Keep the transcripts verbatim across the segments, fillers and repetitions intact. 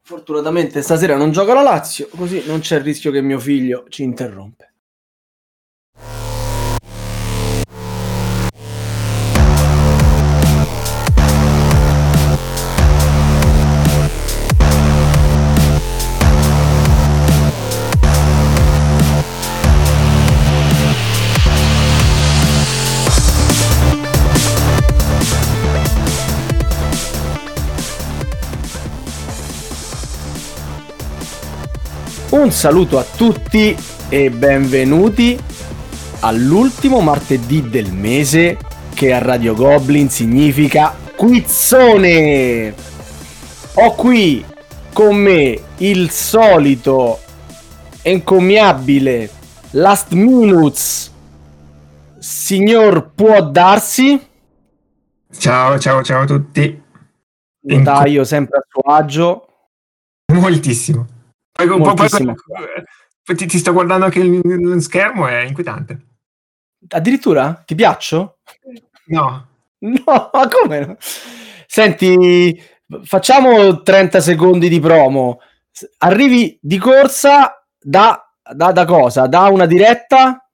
Fortunatamente stasera non gioca la Lazio, così non c'è il rischio che mio figlio ci interrompe. Un saluto a tutti e benvenuti all'ultimo martedì del mese, che a Radio Goblin significa quizzone. Ho qui con me il solito encomiabile last minutes signor Può Darsi. Ciao ciao ciao a tutti. Notaio sempre a suo agio. Moltissimo. Poi, Moltissimo. Poi, poi, ti, ti sto guardando anche il, il schermo, è inquietante. Addirittura? Ti piaccio? No. No, ma come no? Senti, facciamo trenta secondi di promo. Arrivi di corsa da, da, da cosa? Da una diretta?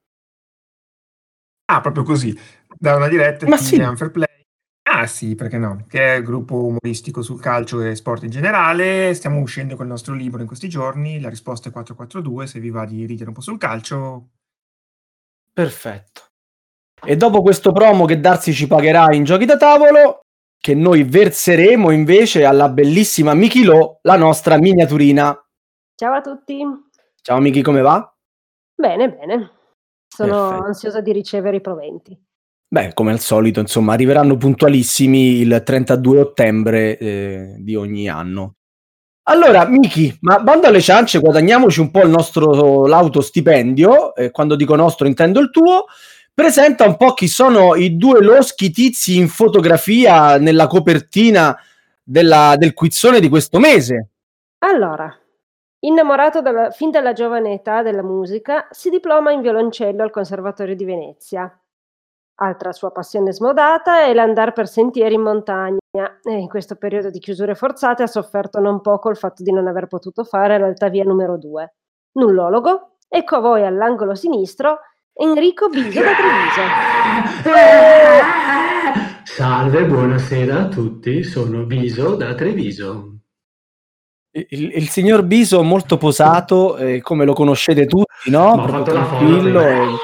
Ah, proprio così. Da una diretta Ma di sì. Unfair Play. Ah sì, perché no? Che è il gruppo umoristico sul calcio e sport in generale. Stiamo uscendo col nostro libro in questi giorni. La risposta è quattro quattro due. Se vi va di ridere un po' sul calcio. Perfetto. E dopo questo promo che Darsi ci pagherà in giochi da tavolo, che noi verseremo invece alla bellissima Miki Lo, la nostra miniaturina. Ciao a tutti. Ciao Miki, come va? Bene, bene. Sono Perfetto. ansiosa di ricevere i proventi. Beh, come al solito, insomma, arriveranno puntualissimi il trentadue ottobre eh, di ogni anno. Allora, Miki, ma bando alle ciance, guadagniamoci un po' il nostro lauto stipendio, eh, quando dico nostro intendo il tuo. Presenta un po' chi sono i due loschi tizi in fotografia nella copertina della, del quizzone di questo mese. Allora, innamorato dalla, fin dalla giovane età della musica, si diploma in violoncello al Conservatorio di Venezia. Altra sua passione smodata è l'andar per sentieri in montagna e in questo periodo di chiusure forzate ha sofferto non poco il fatto di non aver potuto fare l'altavia numero due. Nullologo, ecco a voi all'angolo sinistro Enrico Biso da Treviso. Salve, buonasera a tutti, sono Biso da Treviso. Il, il signor Biso molto posato, eh, come lo conoscete tutti, no? Ma ho fatto la Tranquillo. foto. E...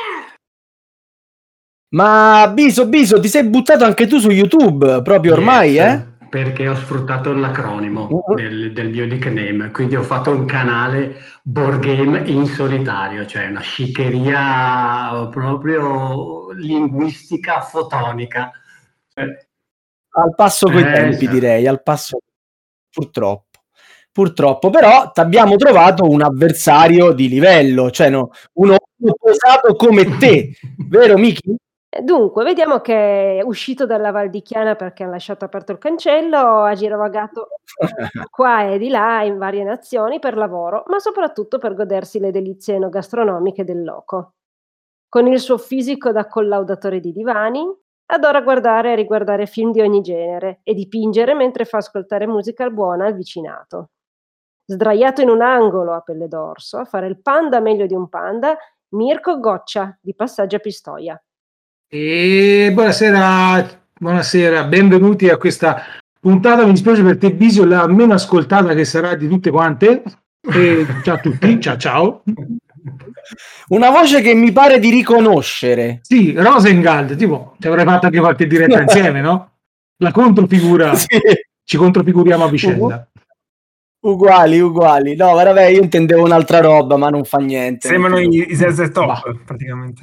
Ma Biso, Biso, ti sei buttato anche tu su YouTube, proprio ormai, Yes, eh? Perché ho sfruttato l'acronimo Uh-huh. del, del mio nickname, quindi ho fatto un canale board game in solitario, cioè una sciccheria proprio linguistica fotonica. Eh, Al passo coi eh, tempi, sì. direi, al passo, purtroppo. Purtroppo, però ti abbiamo trovato un avversario di livello, cioè no, uno posato come te, vero Miki? Dunque, vediamo che è uscito dalla Val di Chiana perché ha lasciato aperto il cancello, ha girovagato qua e di là in varie nazioni per lavoro, ma soprattutto per godersi le delizie enogastronomiche del loco. Con il suo fisico da collaudatore di divani, adora guardare e riguardare film di ogni genere e dipingere mentre fa ascoltare musica buona al vicinato. Sdraiato in un angolo a pelle d'orso, a fare il panda meglio di un panda, Mirko Goccia, di Passaggio a Pistoia. E buonasera, buonasera, benvenuti a questa puntata. Mi dispiace per te, Bisio, la meno ascoltata che sarà di tutte quante. E ciao a tutti, ciao ciao. Una voce che mi pare di riconoscere. Sì, Rosengald, tipo, ci avrei fatto anche qualche diretta insieme, no? La controfigura, Sì. Ci controfiguriamo a vicenda. Uguali, uguali. No, vabbè, io intendevo un'altra roba, ma non fa niente. Sembrano non i, i Z Z Top, Bah. praticamente.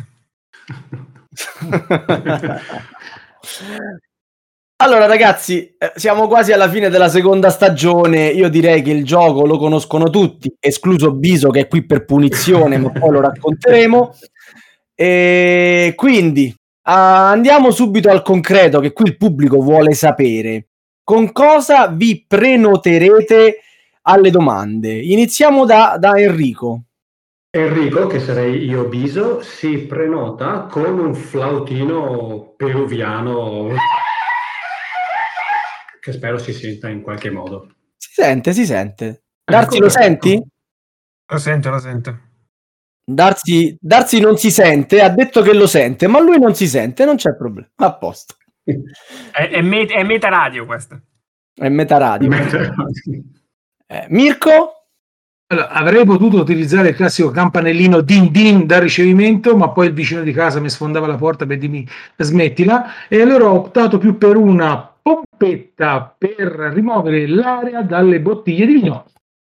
Allora ragazzi, eh, siamo quasi alla fine della seconda stagione. Io direi che il gioco lo conoscono tutti, escluso Biso che è qui per punizione, ma poi lo racconteremo. E quindi ah, andiamo subito al concreto, che qui il pubblico vuole sapere. Con cosa vi prenoterete alle domande? Iniziamo da, da Enrico. Enrico, che sarei io Biso, si prenota con un flautino peruviano che spero si senta in qualche modo. Si sente, si sente. Darsi, lo senti? Lo sento, lo sento. Darsi, Darsi non si sente, ha detto che lo sente, ma lui non si sente, non c'è problema, a posto. È, è, met- è meta radio questa. È meta radio. Eh, Mirko? Allora, avrei potuto utilizzare il classico campanellino din din da ricevimento, ma poi il vicino di casa mi sfondava la porta per dirmi smettila, e allora ho optato più per una pompetta per rimuovere l'aria dalle bottiglie di vino.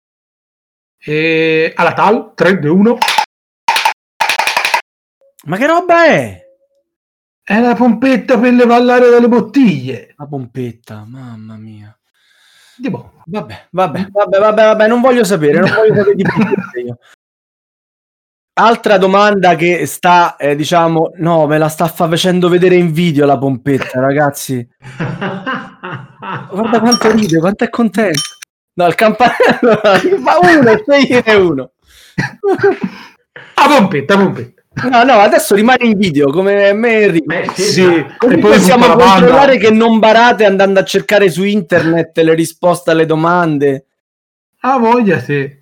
E alla tal tre, due, uno. Ma che roba è? È la pompetta per levare l'aria dalle bottiglie. La pompetta, mamma mia. Tipo. Vabbè, vabbè, vabbè, vabbè, vabbè, non voglio sapere, non voglio sapere di più io. Altra domanda che sta, eh, diciamo, no, me la sta facendo vedere in video la pompetta, ragazzi. Guarda quanto ride, quanto è contento. No, il campanello, ma uno, scegliene uno. Ah, pompetta, pompetta. No, no, adesso rimane in video come me e Enrico. Beh, sì, Sì, Così e poi possiamo tutta la controllare banda. che non barate andando a cercare su internet le risposte alle domande. Ah, voglia te.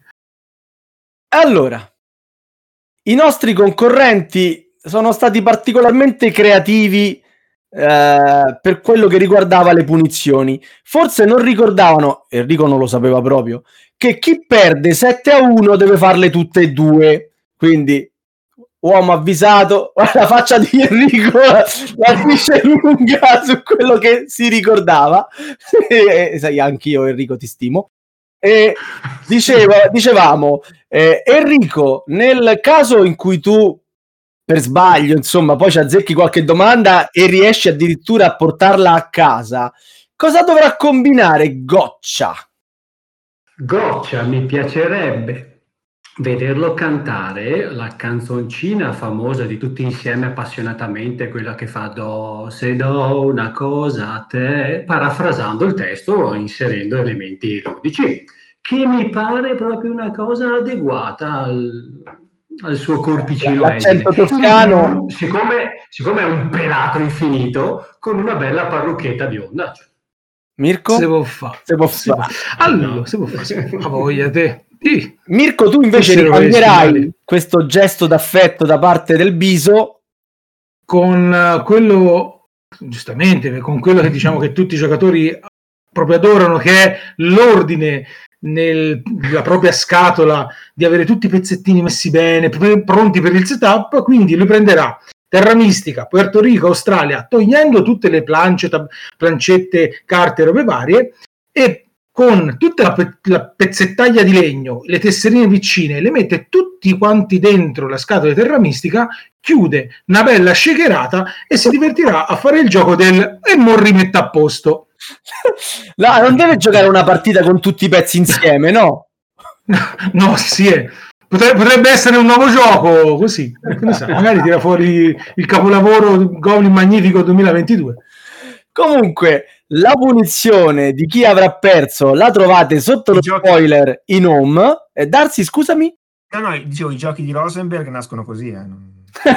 Allora, i nostri concorrenti sono stati particolarmente creativi eh, per quello che riguardava le punizioni. Forse non ricordavano, Enrico non lo sapeva proprio, che chi perde sette a uno deve farle tutte e due. Quindi uomo avvisato, la faccia di Enrico la dice lunga su quello che si ricordava. E, sai, anch'io Enrico ti stimo. E diceva, dicevamo, eh, Enrico, nel caso in cui tu per sbaglio, insomma, poi ci azzecchi qualche domanda e riesci addirittura a portarla a casa, cosa dovrà combinare Goccia? Goccia, mi piacerebbe vederlo cantare la canzoncina famosa di tutti insieme appassionatamente, quella che fa do, se do una cosa a te, parafrasando il testo, inserendo elementi ludici, che mi pare proprio una cosa adeguata al, al suo corpicino L'accento esile. toscano. Siccome, siccome è un pelato infinito, con una bella parrucchetta bionda. Cioè. Mirko? Se può fare. Se può Se può- fare. Allora, se può fare. Ah, voglia te. Sì. Mirko, tu invece Fossero ricambierai questi, questo gesto d'affetto da parte del Biso Con eh, quello, giustamente, con quello che diciamo che tutti i giocatori proprio adorano, che è l'ordine nella propria scatola di avere tutti i pezzettini messi bene, pr- pronti per il setup. Quindi lui prenderà Terra Mistica, Puerto Rico, Australia, togliendo tutte le planche, tab- plancette, carte, robe varie, e con tutta la, pe- la pezzettaglia di legno, le tesserine vicine, le mette tutti quanti dentro la scatola di Terra Mistica, chiude una bella shakerata e si divertirà a fare il gioco del e mo rimetta a posto. no, non deve giocare una partita con tutti i pezzi insieme, no? No, sì, è. Potrebbe, potrebbe essere un nuovo gioco, così, che ne sa, magari tira fuori il capolavoro Goblin Magnifico duemilaventidue. Comunque, la punizione di chi avrà perso la trovate sotto I lo giochi- spoiler in home. Eh, Darsi, scusami? No, no, dicevo, i giochi di Rosenberg nascono così, eh. non-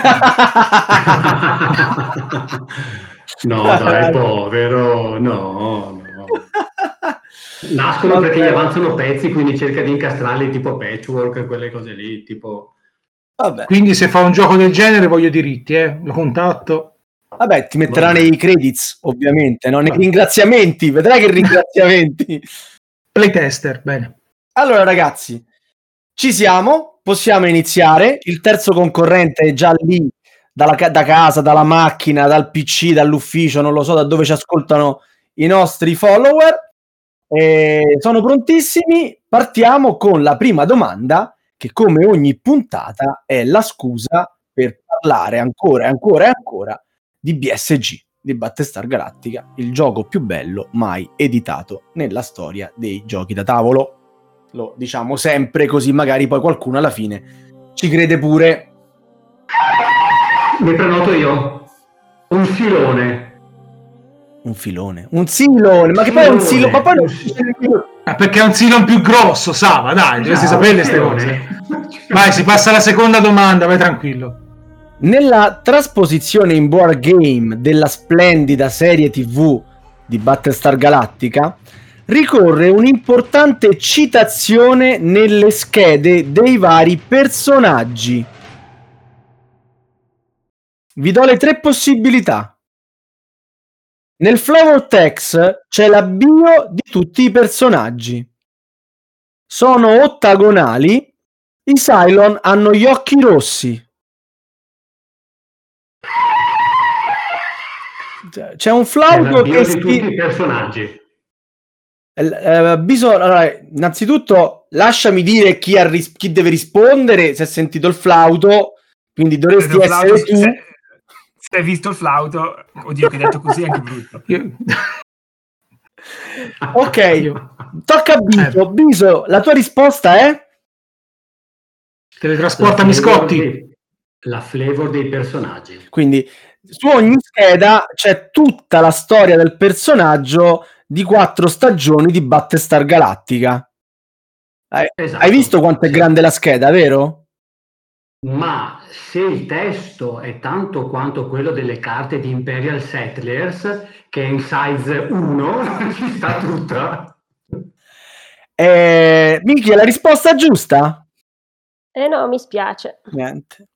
No, dai, povero, no, no. Nascono perché gli avanzano pezzi, quindi cerca di incastrarli tipo patchwork, quelle cose lì, tipo... Vabbè. Quindi se fa un gioco del genere voglio diritti, eh? Lo contatto. Vabbè, ti metterà Vabbè. nei credits, ovviamente, no? Nei Vabbè. ringraziamenti. Vedrai che ringraziamenti. Playtester, bene. Allora, ragazzi, ci siamo, possiamo iniziare. Il terzo concorrente è già lì, dalla ca- da casa, dalla macchina, dal P C, dall'ufficio, non lo so da dove ci ascoltano i nostri follower. E sono prontissimi. Partiamo con la prima domanda, che come ogni puntata è la scusa per parlare ancora e ancora e ancora di B S G, di Battlestar Galactica, il gioco più bello mai editato nella storia dei giochi da tavolo. Lo diciamo sempre, così magari poi qualcuno alla fine ci crede pure. Mi prenoto io. Un filone. Un filone, un silone, ma che poi è un silo, ma poi non Ah, perché è un silon più grosso, Sava, dai, dovresti sapere queste cose. Vai, si passa alla seconda domanda, vai tranquillo. Nella trasposizione in board game della splendida serie tivù di Battlestar Galactica, ricorre un'importante citazione nelle schede dei vari personaggi. Vi do le tre possibilità. Nel flavor text c'è la bio di tutti i personaggi. Sono ottagonali. I Cylon hanno gli occhi rossi. C'è un flauto che di tutti i personaggi. Eh, bisogna, allora, innanzitutto lasciami dire chi, ha ris- chi deve rispondere se ha sentito il flauto, quindi dovresti Vedo essere flauto, tu. Se, se hai visto il flauto, oddio che hai detto così è anche brutto. Io- Ok, Io- tocca a Biso. Biso, la tua risposta è? Teletrasporta La Miscotti. flavor dei- La flavor dei personaggi. Quindi su ogni scheda c'è tutta la storia del personaggio di quattro stagioni di Battlestar Galactica. Hai, Esatto, hai visto quanto è sì. grande la scheda, vero? Ma se il testo è tanto quanto quello delle carte di Imperial Settlers, che è in size uno, ci sta tutta. Eh, Miki, è la risposta giusta? Eh no, mi spiace. Niente.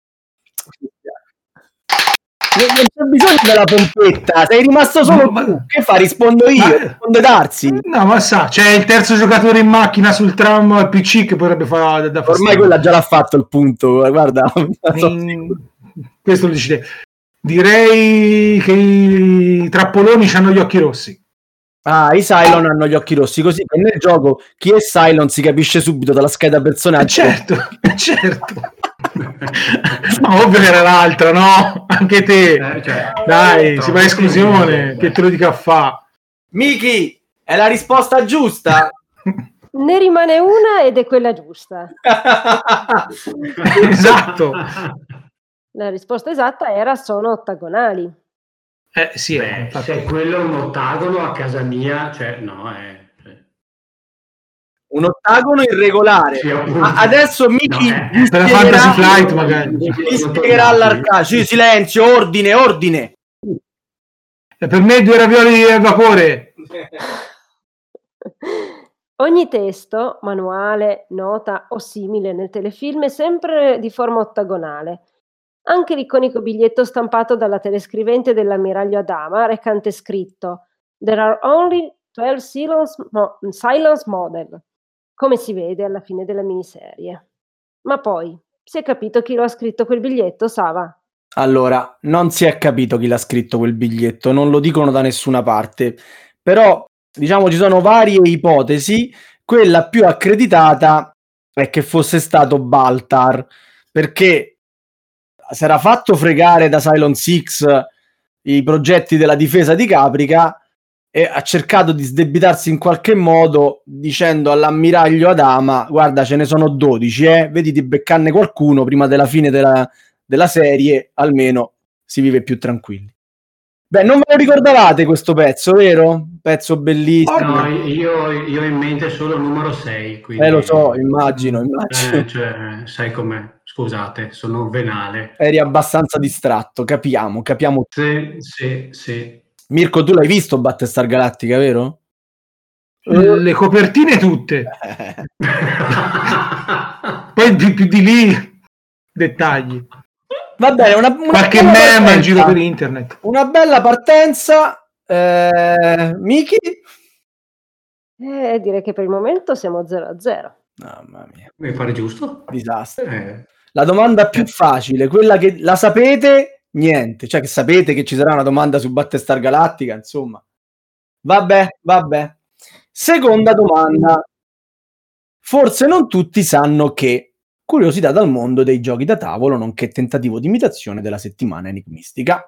Non non c'è bisogno della pompetta, sei rimasto solo Ma- tu. Che fa? Rispondo io, Ma- risponde Darsi. No, ma sa, c'è il terzo giocatore in macchina sul tram al P C che potrebbe fare da fastidio. Ormai quella già l'ha fatto il punto, guarda. Mm, questo lo dici te. Direi che i trappoloni hanno gli occhi rossi. Ah, i Cylon hanno gli occhi rossi, così che nel gioco chi è Cylon si capisce subito dalla scheda Eh, personaggio. certo, eh, certo. Ma ovvio che era l'altro, no? Anche te. Eh, cioè, Dai, troppo si fa esclusione, semplice. che te lo dica a fa. Miki, è la risposta giusta? Ne rimane una ed è quella giusta. Esatto. La risposta esatta era sono ottagonali. Eh sì, Beh, infatti. se quello è un ottagono a casa mia, cioè no, è... Un ottagono irregolare. Sì, appunto. A- adesso Miki No, eh, mi per la spiegherà- Fantasy Flight magari. mi spiegherà l'arcade. Sì, silenzio, ordine, ordine. E per me due ravioli al vapore. Ogni testo, manuale, nota o simile nel telefilm è sempre di forma ottagonale. Anche l'iconico biglietto stampato dalla telescrivente dell'ammiraglio Adama recante scritto "There are only twelve Cylons mo- Cylons model", come si vede alla fine della miniserie. Ma poi, si è capito chi lo ha scritto quel biglietto, Sava? Allora, non si è capito chi l'ha scritto quel biglietto, non lo dicono da nessuna parte, però diciamo ci sono varie ipotesi. Quella più accreditata è che fosse stato Baltar, perché si era fatto fregare da Cylon sei i progetti della difesa di Caprica e ha cercato di sdebitarsi in qualche modo dicendo all'ammiraglio Adama: guarda, ce ne sono dodici, eh? Vedi di beccarne qualcuno prima della fine della, della serie, almeno si vive più tranquilli. Beh, non ve lo ricordavate questo pezzo, vero? Pezzo bellissimo. No, io, io ho in mente solo il numero sei. Quindi... Eh, lo so, immagino, immagino. Eh, cioè, sai com'è? Scusate, sono venale. Eri abbastanza distratto, capiamo, capiamo. Sì, sì, sì. Mirko, tu l'hai visto Battlestar Galactica, vero? Le copertine tutte. Poi più, più di lì dettagli. Va bene, una, una Qualche bella meme in partenza. giro per internet. Una bella partenza. Eh, Miki? Eh, direi che per il momento siamo zero a zero. Mamma mia, Mi pare giusto? disastro. Eh, La domanda più facile, quella che la sapete, niente. Cioè che sapete che ci sarà una domanda su Battlestar Galactica, insomma. Vabbè, vabbè. Seconda domanda. Forse non tutti sanno che curiosità dal mondo dei giochi da tavolo, nonché tentativo di imitazione della settimana enigmistica.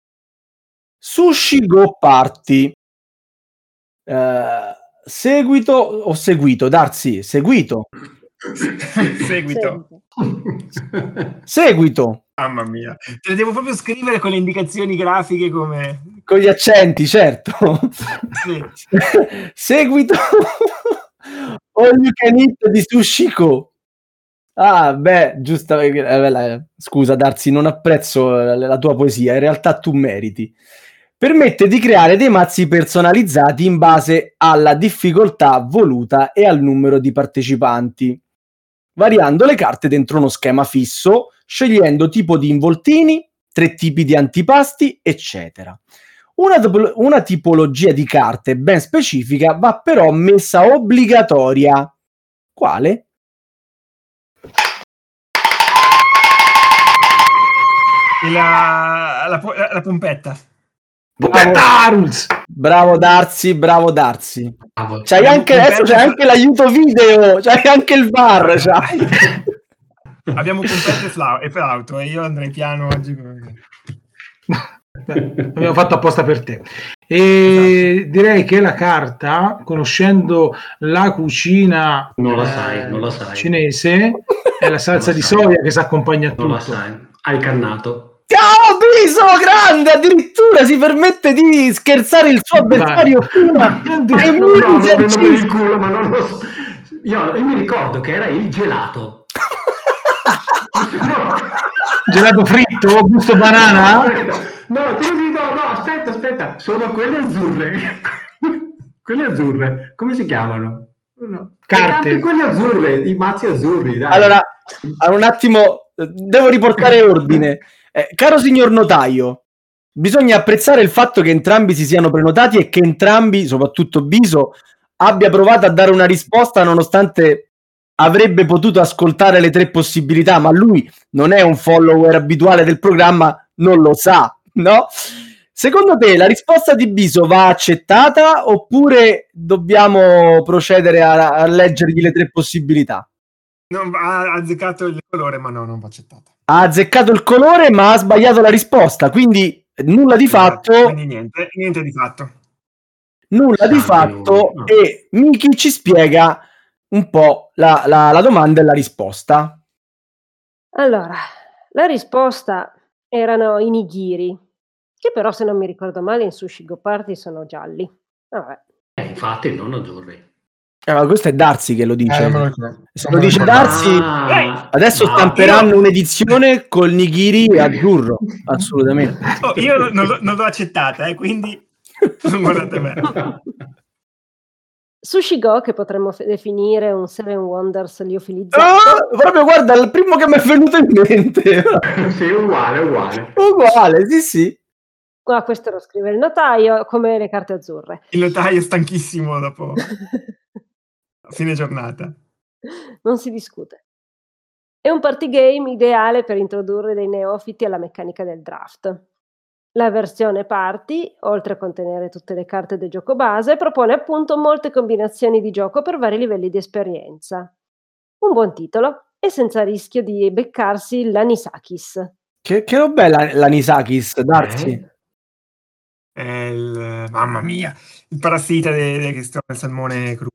Sushi Go Party. Eh, seguito o seguito? Darsi, seguito. Seguito. Seguito. Mamma mia. Te le devo proprio scrivere con le indicazioni grafiche come... Con gli accenti, certo. Sì. Seguito. All You Can Eat di Sushi Go. Ah, beh, giusta. Eh, scusa, Darsi, non apprezzo la, la tua poesia. In realtà tu meriti. permette di creare dei mazzi personalizzati in base alla difficoltà voluta e al numero di partecipanti, variando le carte dentro uno schema fisso, scegliendo tipo di involtini, tre tipi di antipasti, eccetera. Una, una tipologia di carte ben specifica va però messa obbligatoria. Quale? La, la, la pompetta. Bravo, bravo Darsi, bravo Darsi. Bravo. C'hai anche, adesso c'è anche l'aiuto video, c'hai anche il V A R. C'hai. Abbiamo pompette e flauto e io andrei piano oggi. Abbiamo fatto apposta per te. E esatto. Direi che la carta, conoscendo la cucina non la sai, non la sai. cinese, è la salsa di soia che si accompagna a tutto. Non la sai. Hai cannato. Ciao Biso, grande, addirittura si permette di scherzare il suo avversario prima. No, no, no, no, il culo, ma non lo so. Io, io mi ricordo che era il gelato. Gelato fritto, gusto banana? No, te lo dico, no, aspetta, aspetta, sono quelle azzurre. Quelle azzurre, come si chiamano? No. Carte. Quelle azzurre, i mazzi azzurri, dai. Allora, un attimo, devo riportare ordine. Eh, caro signor notaio, bisogna apprezzare il fatto che entrambi si siano prenotati e che entrambi, soprattutto Biso, abbia provato a dare una risposta nonostante avrebbe potuto ascoltare le tre possibilità, ma lui non è un follower abituale del programma, non lo sa, no? Secondo te la risposta di Biso va accettata oppure dobbiamo procedere a, a leggergli le tre possibilità? Non ha azzeccato il colore, ma no, non va accettata. Ha azzeccato il colore, ma ha sbagliato la risposta, quindi nulla di esatto, fatto. Quindi niente, niente di fatto. Nulla di fatto, no. E Miki ci spiega un po' la, la, la domanda e la risposta. Allora, la risposta erano i nigiri, che però, se non mi ricordo male, in Sushi Go Party sono gialli. Vabbè. Eh, infatti, non azzurri. Eh, ma questo è Darsi che lo dice. Eh, lo ricordo. Se lo dice Darsi, ah, adesso no, stamperanno io... un'edizione col nigiri azzurro. Assolutamente. Oh, io non, non l'ho accettata, eh, quindi non guardate me. Sushi Go, che potremmo f- definire un Seven Wonders liofilizzato. Ah, proprio guarda, il primo che mi è venuto in mente. Sì, uguale, uguale. Uguale, sì, sì. Ah, questo lo scrive il notaio, come le carte azzurre. Il notaio è stanchissimo dopo fine giornata. Non si discute. È un party game ideale per introdurre dei neofiti alla meccanica del draft. La versione party, oltre a contenere tutte le carte del gioco base, propone appunto molte combinazioni di gioco per vari livelli di esperienza. Un buon titolo e senza rischio di beccarsi l'anisakis. Che, che roba è la, l'anisakis, Darsi? È il, mamma mia, il parassita de, de, che sta nel salmone crudo.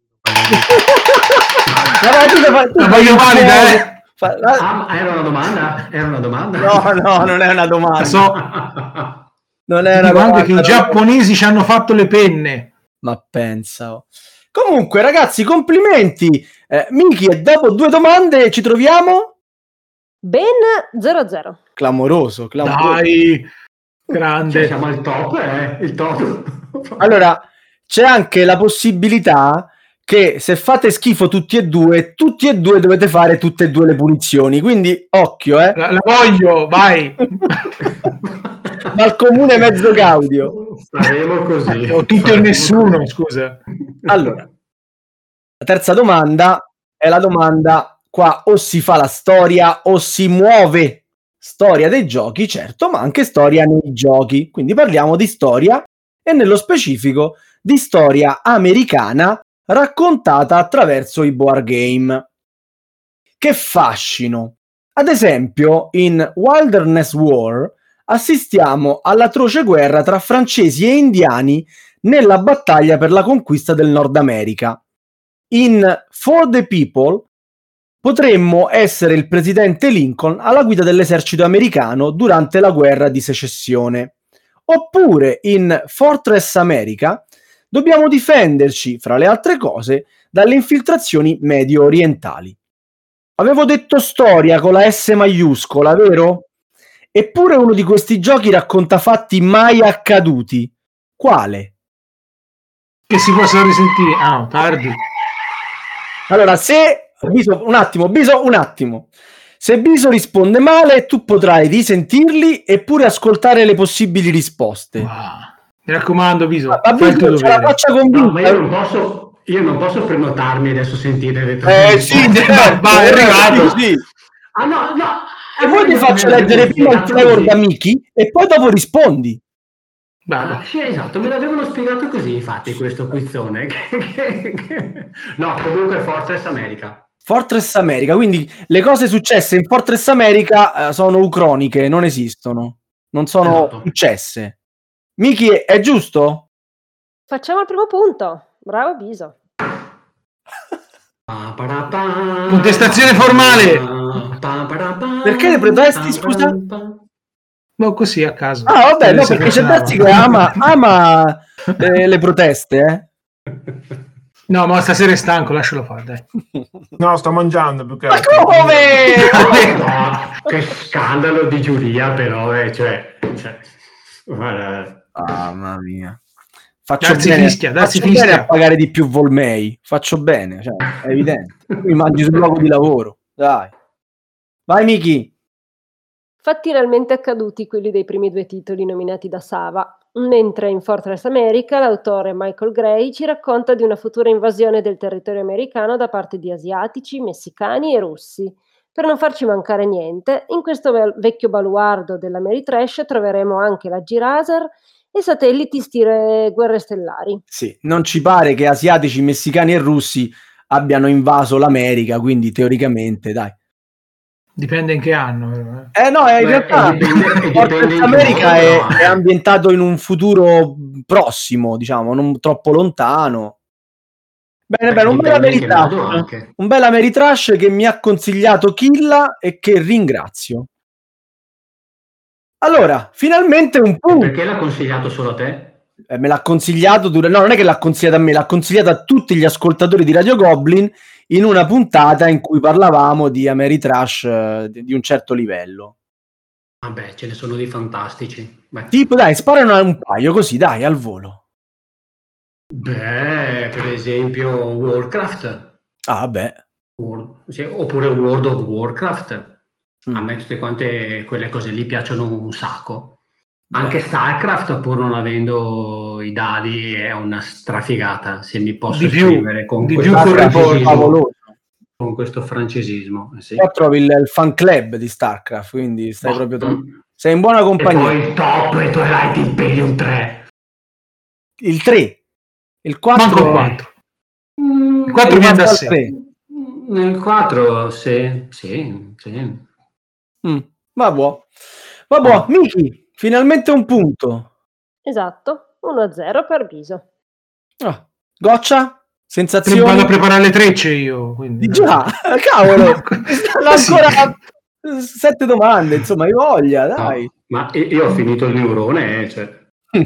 La voglio valida, eh! Fa, ah, era una domanda? Era una domanda? No, no, non è una domanda. So. Non è una domanda. Che i giapponesi ci hanno fatto le penne. Ma pensa. Comunque, ragazzi, complimenti. Eh, Miki, e dopo due domande ci troviamo? Ben zero a zero. Clamoroso, clamoroso. Dai, grande. Cioè, siamo al top, eh? Il top. Allora, c'è anche la possibilità che se fate schifo tutti e due, tutti e due dovete fare tutte e due le punizioni, quindi occhio, eh. La, la voglio, vai. Ma al comune mezzo gaudio. Faremo così. O tutto e nessuno, scusa. Allora, la terza domanda è la domanda, qua o si fa la storia o si muove. Storia dei giochi, certo, ma anche storia nei giochi. Quindi parliamo di storia e nello specifico di storia americana raccontata attraverso i board game. Che fascino! Ad esempio, in Wilderness War assistiamo all'atroce guerra tra francesi e indiani nella battaglia per la conquista del Nord America. In For the People potremmo essere il presidente Lincoln alla guida dell'esercito americano durante la guerra di secessione. Oppure in Fortress America dobbiamo difenderci, fra le altre cose, dalle infiltrazioni medio orientali. Avevo detto storia con la S maiuscola, vero? Eppure uno di questi giochi racconta fatti mai accaduti. quale? Che si possono risentire. Ah, no, tardi. Allora, se Biso, un attimo, Biso, un attimo. Se Biso risponde male, tu potrai risentirli eppure ascoltare le possibili risposte. Wow. Mi raccomando, Biso, Ma, ma fai il tuo Biso, c'è la dovere. faccia No, convinta. ma io non posso, io non posso prenotarmi adesso sentire le tue Eh risposte. sì, no, va, è arrivato. Sì. Ah no, no. E poi ti faccio leggere prima il flavor da Miki e poi dopo rispondi. Ah, sì, esatto, me l'avevano spiegato così, infatti, questo quizzone. Che, che, che... No, comunque Fortress America. Fortress America, quindi le cose successe in Fortress America eh, sono ucroniche, non esistono, non sono Esatto. successe. Miki, è giusto? Facciamo il primo punto. Bravo Biso. Contestazione formale. Perché le protesti, scusa? No, così a caso. Ah, vabbè, no, Se perché c'è funzionava. Darsi che ama, ama le, le proteste, eh? No, ma stasera è stanco, lascialo fare, dai. No, sto mangiando più che Ma altro. come? No, che scandalo di giuria, però, eh, cioè, cioè guarda. Ah, mamma mia. Faccio Darsi bene, fischia, darsi faccio bene fischia. a pagare di più Volmei. Faccio bene, cioè, è evidente. Mi mangi sul luogo di lavoro. Dai. Vai, Miki. Fatti realmente accaduti quelli dei primi due titoli nominati da Sava, mentre in Fortress America l'autore Michael Gray ci racconta di una futura invasione del territorio americano da parte di asiatici, messicani e russi. Per non farci mancare niente, in questo ve- vecchio baluardo dell'Ameritrash troveremo anche la G-Razer e satelliti stile guerre stellari. Sì, non ci pare che asiatici, messicani e russi abbiano invaso l'America, quindi teoricamente, dai. Dipende in che anno. però, eh. Eh no, è in Beh, realtà e dipende- e Fortress dipende in che America modo, è, però, è eh. ambientato in un futuro prossimo, diciamo, non troppo lontano. Bene, Beh, bene, un bel dipende in che modo Ameritrash, anche. un bel Ameritrash che mi ha consigliato Killa e che ringrazio. Allora, finalmente un punto. Perché l'ha consigliato solo a te? Eh, me l'ha consigliato, dura- no, non è che l'ha consigliato a me, l'ha consigliato a tutti gli ascoltatori di Radio Goblin in una puntata in cui parlavamo di Ameritrash eh, di di un certo livello. Vabbè, ce ne sono dei fantastici. Beh. Tipo, dai, sparano un paio così, dai, al volo. Beh, per esempio Warcraft. Ah, vabbè. World- sì, oppure World of Warcraft. Mm. A me tutte quante quelle cose lì piacciono un sacco. Anche StarCraft, pur non avendo i dadi, è una strafigata, se mi posso Di più, esprimere con di questo più con StarCraft è francesismo. favoloso. Con questo francesismo. eh sì. Qua trovi il, il fan club di StarCraft, quindi stai Boh. proprio tra- sei in buona E compagnia. poi il top e Twilight Imperium tre. Il tre, il Manco il quattro, quattro. Mm, Il quattro viene da al sé. tre. Nel quattro, sì, sì, sì. Mm, va buono. Va buono. Miki, finalmente un punto. Esatto, uno a zero per Biso. Ah, Goccia? Pre- Sensazioni? Vado a preparare le trecce io. Quindi, Di già, cavolo, Sì. stanno ancora sette domande, insomma, hai voglia, dai. No, ma io io ho finito il neurone, eh, cioè.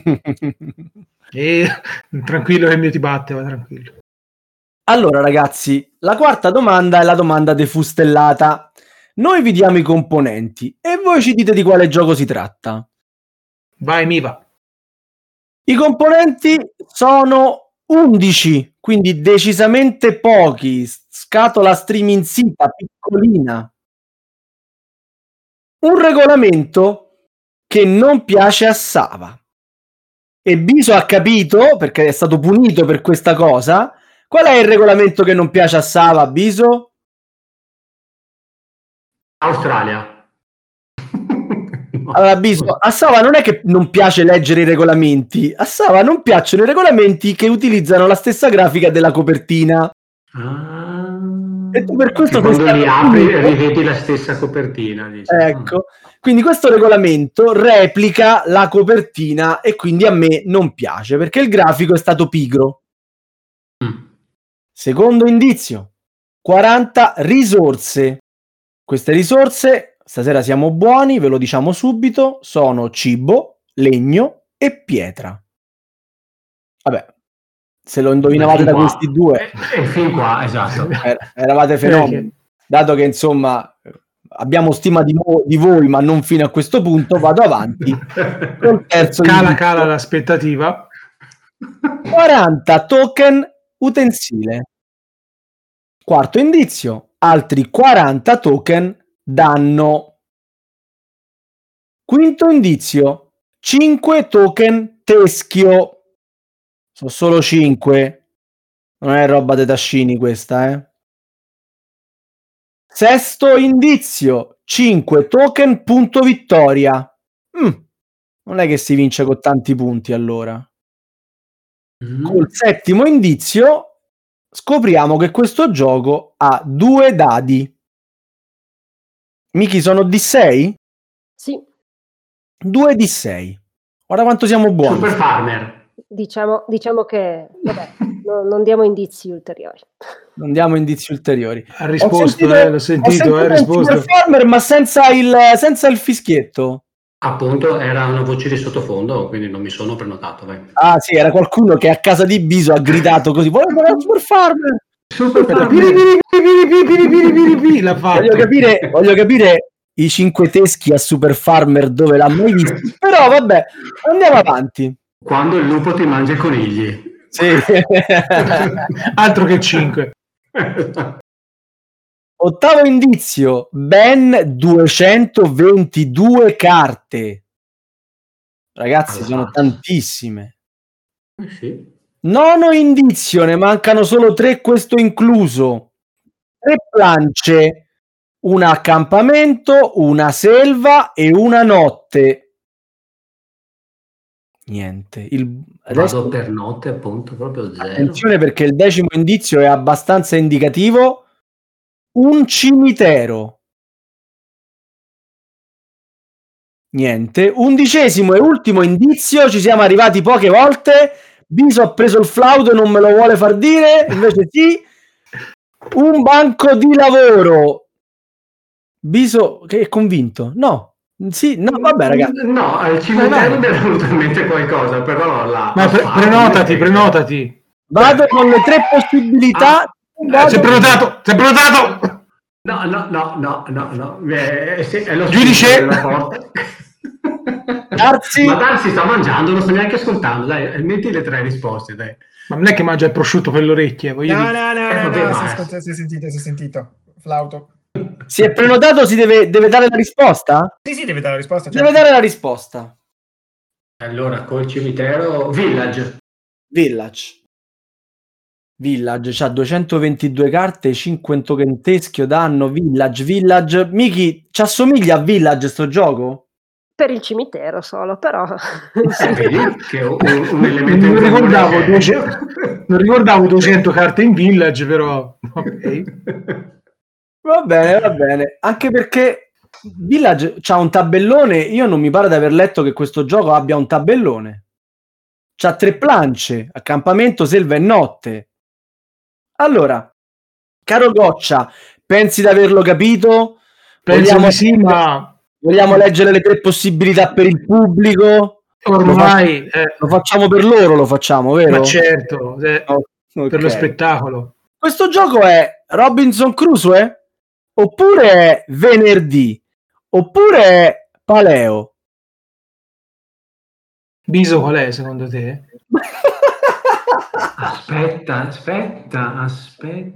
E, tranquillo che il mio ti batte, va tranquillo. Allora, ragazzi, la quarta domanda è la domanda defustellata. Noi vi diamo i componenti e voi ci dite di quale gioco si tratta. Vai, mi va. I componenti sono undici, quindi decisamente pochi. Scatola streaming sita, piccolina. Un regolamento che non piace a Sava. E Biso ha capito, perché è stato punito per questa cosa. Qual è il regolamento che non piace a Sava, Biso? Australia. Allora, Biso, a Sava non è che non piace leggere i regolamenti, a Sava non piacciono i regolamenti che utilizzano la stessa grafica della copertina. Ah, E tu per questo che quando sei li stato apri punito. rivedi la stessa copertina. Dici. Ecco, quindi questo regolamento replica la copertina e quindi a me non piace perché il grafico è stato pigro. Mm. Secondo indizio, quaranta risorse. Queste risorse, stasera siamo buoni, ve lo diciamo subito, sono cibo, legno e pietra. Vabbè, se lo indovinavate Fin da qua. questi due, E, e fin qua, esatto. er- eravate fenomeni. Dato che insomma abbiamo stima di, mo- di voi, ma non fino a questo punto, vado avanti. Col terzo Cala, indizio. cala l'aspettativa. quaranta token utensile. Quarto indizio, altri quaranta token danno. Quinto indizio, cinque token teschio. Sono solo cinque. Non è roba dei tascini questa, eh. Sesto indizio, cinque token punto vittoria. Mm, non è che si vince con tanti punti allora. Mm. Col settimo indizio scopriamo che questo gioco ha due dadi. Miki, sono D sei? Sì, due D sei. Ora quanto siamo buoni? Super Farmer. diciamo, diciamo che vabbè, no- non diamo indizi ulteriori. Non diamo indizi ulteriori. Ha risposto, Ho sentito- eh, l'ho ho sentito, ha il risposto. Super Farmer, ma senza il, senza il fischietto. Appunto, era una voce di sottofondo, quindi non mi sono prenotato. Vai. Ah sì, era qualcuno che a casa di Biso ha gridato così: vuole fare il Super Farmer? Super Aspetta, Farmer. piri, piri, piri, piri, piri, piri, piri, piri, l'ha fatto. Voglio capire, voglio capire i cinque teschi a Super Farmer dove l'hanno mai visto. Però vabbè, andiamo avanti. Quando il lupo ti mangia i conigli. Sì. Altro che cinque. Ottavo indizio, ben duecentoventidue carte. Ragazzi, Allora. sono tantissime. Eh sì. Nono indizio, ne mancano solo tre, questo incluso. Tre plance, un accampamento, una selva e una notte. Niente. Il... Adesso... Vado per notte, appunto, proprio zero. Attenzione perché il decimo indizio è abbastanza indicativo. Un cimitero. Niente. Undicesimo e ultimo indizio, ci siamo arrivati poche volte. Biso ha preso il flauto e non me lo vuole far dire, invece sì. Un banco di lavoro. Biso che è convinto? No. Sì, no, vabbè ragazzi. No, al cimitero mi è venuto in mente qualcosa, però la... Ma pre- prenotati, prenotati. Vado con le tre possibilità. Ah, Vado- Sei prenotato, sei prenotato. No, no, no, no, no, no. Eh, sì, è lo Giudice. spirito della porta. Darsi. Ma Darsi sta mangiando, non sto neanche ascoltando, dai, metti le tre risposte, dai. Ma non è che mangia il prosciutto per le orecchie, voglio No, dire. no, no, Eh, no, vabbè, no, ma- si, ascolta, si è sentito, si è sentito. Flauto. Si è prenotato, si deve, deve dare la risposta? Sì, sì, deve dare la risposta. Deve certo. dare la risposta. Allora, col cimitero... Village. Village. Village c'ha duecentoventidue carte, cinque token teschio danno. Village, Village. Miki, ci assomiglia a Village sto gioco? Per il cimitero solo, però Eh, vedi che un, un elemento Non in comune ricordavo, c'è. duecento, non ricordavo duecento carte in Village, però ok. Va bene, va bene. Anche perché Village c'ha un tabellone. Io non mi pare di aver letto che questo gioco abbia un tabellone. C'ha tre plance, accampamento, selva e notte. Allora, caro Goccia, pensi di averlo capito? Penso Vogliamo- di sì, ma Vogliamo leggere le tre possibilità per il pubblico? ormai eh, Lo facciamo per loro, lo facciamo, vero? ma certo, eh, Oh, per lo ok. spettacolo. Questo gioco è Robinson Crusoe? Oppure è Venerdì? Oppure è Paleo? Biso qual è secondo te? Aspetta, aspetta, aspetta.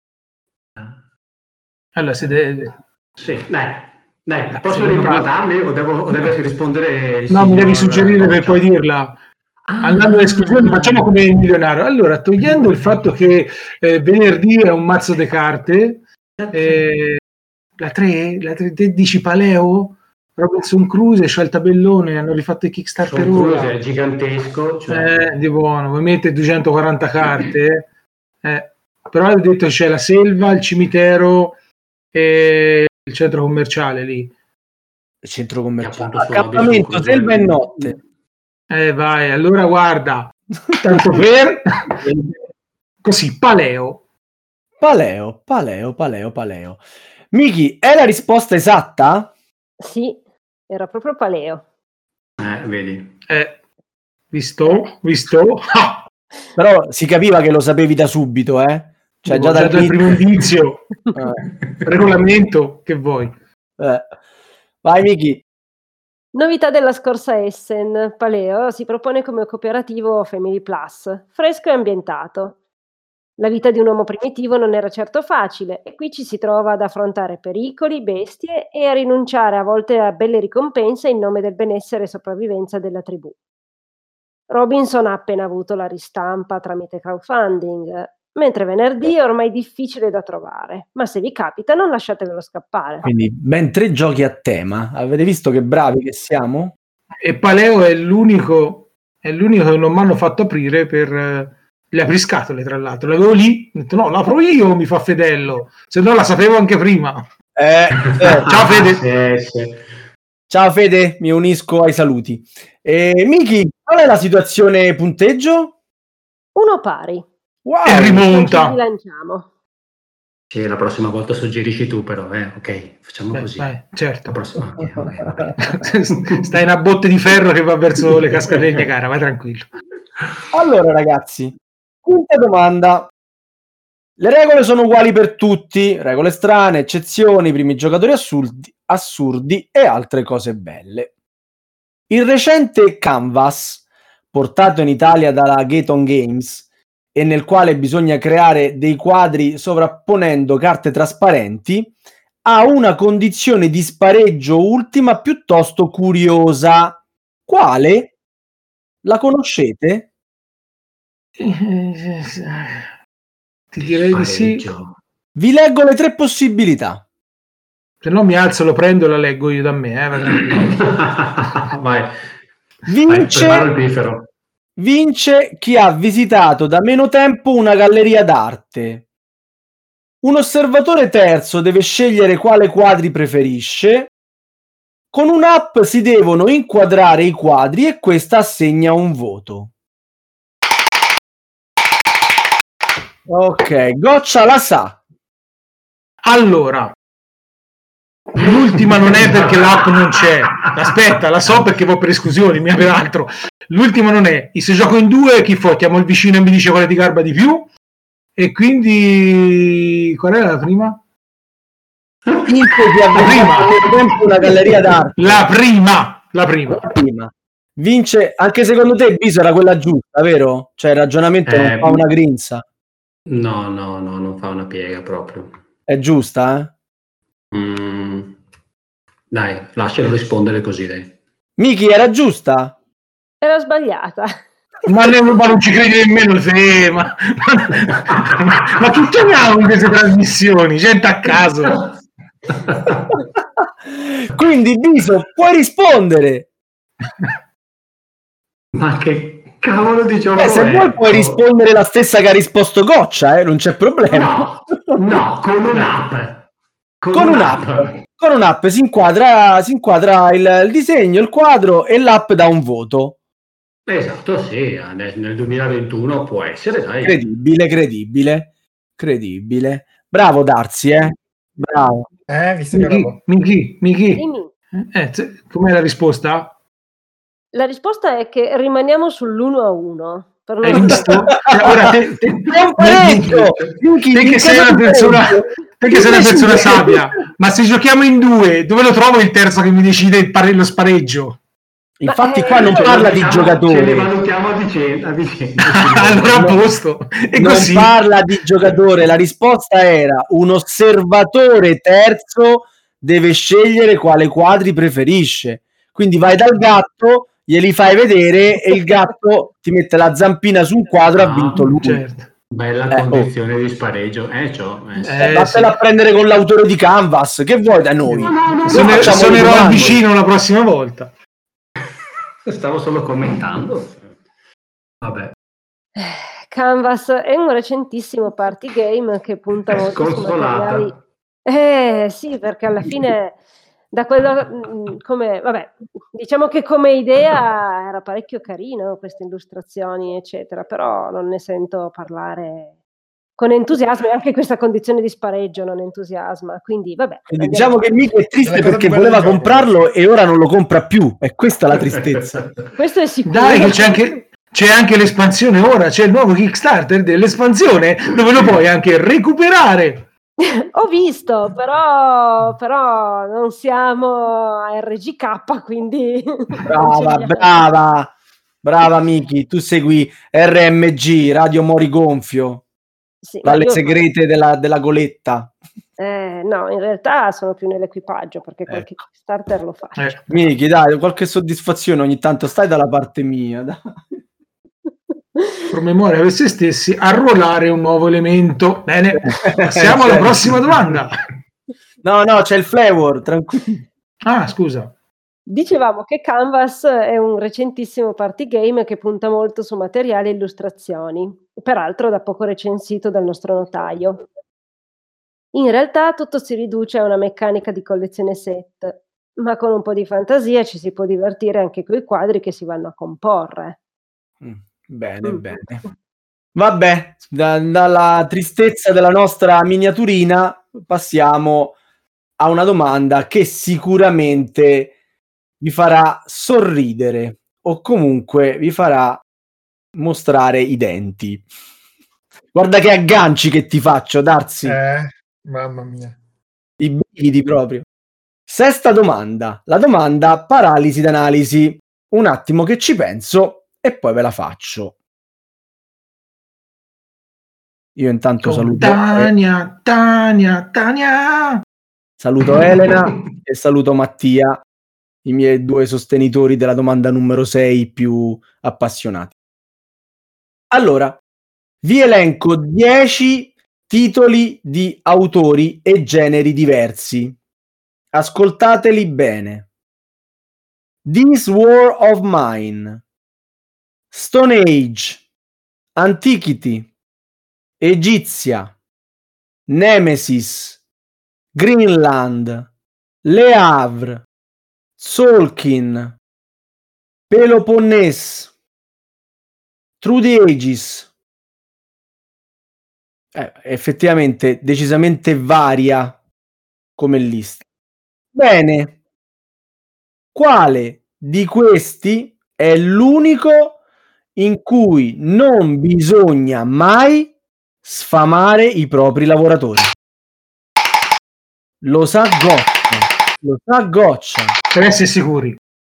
Allora, se de- Sì, dai, dai, posso Secondo me- riprovarmi o devo, o deve rispondere il no, mi devi signor suggerire per Goccia? poi dirla. Ah. Andando alle esclusioni, facciamo come il milionario. Allora, togliendo il fatto che eh, venerdì è un mazzo di carte, eh, la tre, la tre te dici Paleo? Robinson Crusoe, c'ha il tabellone, hanno rifatto il Kickstarter Tom Cruise ora. è gigantesco, cioè... Eh, di buono, vuoi mettere duecentoquaranta carte? Eh, però hai detto c'è la selva, il cimitero e il centro commerciale lì. Il centro Che commerciale. appunto sono Accampamento, Robinson selva e Crusoe. notte. Eh vai, allora guarda, tanto per così, Paleo. Paleo, paleo, paleo, paleo. Miki, è la risposta esatta? sì, era proprio Paleo. Eh, vedi. Eh, visto, visto. Ah, Però si capiva che lo sapevi da subito, eh? Cioè già, già dal dal primo inizio- indizio, Eh, regolamento, che vuoi? eh. Vai Miki. Novità della scorsa Essen, Paleo si propone come cooperativo Family Plus, fresco e ambientato. La vita di un uomo primitivo non era certo facile e qui ci si trova ad affrontare pericoli, bestie e a rinunciare a volte a belle ricompense in nome del benessere e sopravvivenza della tribù. Robinson ha appena avuto la ristampa tramite crowdfunding, mentre venerdì è ormai difficile da trovare, ma se vi capita non lasciatevelo scappare. Quindi ben tre giochi a tema. Avete visto che bravi che siamo? E Paleo è l'unico, è l'unico che non mi hanno fatto aprire per eh, le apriscatole, tra l'altro. L'avevo lì, ho detto no, l'apro io, mi fa Fedello, se no la sapevo anche prima. Eh, eh, Ciao Fede. Sì, sì. Ciao Fede, mi unisco ai saluti. E Miki, qual è la situazione punteggio? Uno pari. Wow, E rimonta. Non ci bilanciamo. Sì, la prossima volta suggerisci tu però, eh? Ok, facciamo Beh, così. vai, certo. La prossima... ok, vabbè, vabbè. Stai in una botte di ferro che va verso le cascatelle, cara, vai tranquillo. Allora ragazzi, quinta domanda. Le regole sono uguali per tutti, regole strane, eccezioni, primi giocatori assurdi, assurdi e altre cose belle. Il recente Canvas, portato in Italia dalla Gaton Games, e nel quale bisogna creare dei quadri sovrapponendo carte trasparenti, ha una condizione di spareggio ultima piuttosto curiosa. Quale? La conoscete? Ti direi di sì. Spareggio. Vi leggo le tre possibilità. Se no mi alzo, lo prendo e la leggo io da me, eh, vai tranquillo. Vai. Vince, Vai, prepara il bifero. vince chi ha visitato da meno tempo una galleria d'arte. Un osservatore terzo deve scegliere quale quadri preferisce. Con un'app si devono inquadrare i quadri e questa assegna un voto. Ok, Goccia la sa. Allora, l'ultima non è perché l'app non c'è. Aspetta, la so perché va per esclusioni, mia peraltro. L'ultima non è. Se gioco in due, chi fo? Chiamo il vicino e mi dice quale ti garba di più. E quindi qual era la prima? Vince chi ha La prima. visitato da meno tempo una galleria d'arte. La prima, la prima. La prima. Vince, anche secondo te Biso era quella giusta, vero? Cioè il ragionamento non Eh, fa una grinza. No, no, no, non fa una piega proprio. È giusta, eh? Mm. Dai, lascialo rispondere così, dai. Miki, era giusta? Era sbagliata. Ma, ne, ma non ci credi nemmeno te, ma, ma, ma chi chiamiamo in queste trasmissioni? Gente a caso. Quindi Biso, puoi rispondere. Ma che cavolo di gioco Eh, se è? vuoi puoi rispondere la stessa che ha risposto Goccia, eh? Non c'è problema. No, no, con un'app. Con, Con un'app. Con un'app si inquadra, si inquadra il, il disegno, il quadro e l'app dà un voto. Esatto, sì, nel, nel duemilaventuno può essere, dai. Credibile, credibile, credibile. Bravo Darsi, eh? Bravo. Eh, visto che Michi, robo. Michi, Michi. Dimmi. Eh, se- com'è la risposta? La risposta è che rimaniamo sull'uno a uno. Per non- Hai visto? Cioè, ora te, te, È un pareggio! Miki, te in che sei caso una di persona, pareggio, te che sei una chi persona decide? sabbia, ma se giochiamo in due, dove lo trovo il terzo che mi decide il pare- lo spareggio? Infatti Ma, qua eh, non ce ne parla di valutiamo- Ce ne giocatori, valutiamo a vicenda. a vicenda. Allora a No. posto. E non così. parla di giocatore, la risposta era un osservatore terzo deve scegliere quale quadri preferisce. Quindi vai dal gatto, glieli fai vedere e il gatto ti mette la zampina su un quadro e ha Ah, vinto lui. Certo. Bella Eh, oh. condizione di spareggio. Eh, ciò, eh, sì. Eh, Eh, vattela a prendere con l'autore di Canvas, che vuoi da noi? No, no, no, Sono- Noi facciamo le Suonerò al domande. vicino la prossima volta. Stavo solo commentando. Vabbè. Canvas è un recentissimo party game che punta molto su Sconsolata. materiali. Eh sì, perché alla fine da quello mh, come vabbè, diciamo che come idea era parecchio carino queste illustrazioni, eccetera, però non ne sento parlare con entusiasmo e anche questa condizione di spareggio non entusiasma. Quindi vabbè. Quindi andiamo- diciamo che Mico è triste La cosa perché più bella voleva del gioco. comprarlo e ora non lo compra più. È questa la tristezza. Questo è sicuro. Dai, che c'è anche, c'è anche l'espansione ora, c'è il nuovo Kickstarter dell'espansione dove lo puoi anche recuperare. Ho visto, però, però non siamo a R G K, quindi... Brava, brava, brava Miki, tu segui R M G, Radio Mori Gonfio, sì, dalle io... segrete della, della goletta. Eh, no, in realtà sono più nell'equipaggio, perché qualche Ecco. starter lo faccio. Eh. Miki, dai, qualche soddisfazione ogni tanto, stai dalla parte mia. Dai. Promemoria per se stessi, arruolare un nuovo elemento. Bene, passiamo alla prossima domanda. No, no, c'è il flavor, tranquillo. Ah, scusa. Dicevamo che Canvas è un recentissimo party game che punta molto su materiali e illustrazioni, peraltro da poco recensito dal nostro notaio. In realtà tutto si riduce a una meccanica di collezione set, ma con un po' di fantasia ci si può divertire anche coi quadri che si vanno a comporre. Mm, bene, mm. bene. Vabbè, da, dalla tristezza della nostra miniaturina passiamo a una domanda che sicuramente vi farà sorridere o comunque vi farà mostrare i denti. Guarda che agganci che ti faccio, Darsi. Eh, mamma mia. I brividi proprio. Sesta domanda. La domanda paralisi d'analisi. Un attimo che ci penso e poi ve la faccio. Io intanto oh, saluto Tania, Tania, Tania. Saluto Elena e saluto Mattia, i miei due sostenitori della domanda numero sei più appassionati. Allora, vi elenco dieci titoli di autori e generi diversi. Ascoltateli bene. This War of Mine, Stone Age, Antiquity, Egizia, Nemesis, Greenland, Le Havre, Solkin, Peloponnese, Through the Ages. Eh, effettivamente decisamente varia come lista. Bene, quale di questi è l'unico in cui non bisogna mai sfamare i propri lavoratori? Lo sa Goccia, lo sa Goccia. Per essere sicuri,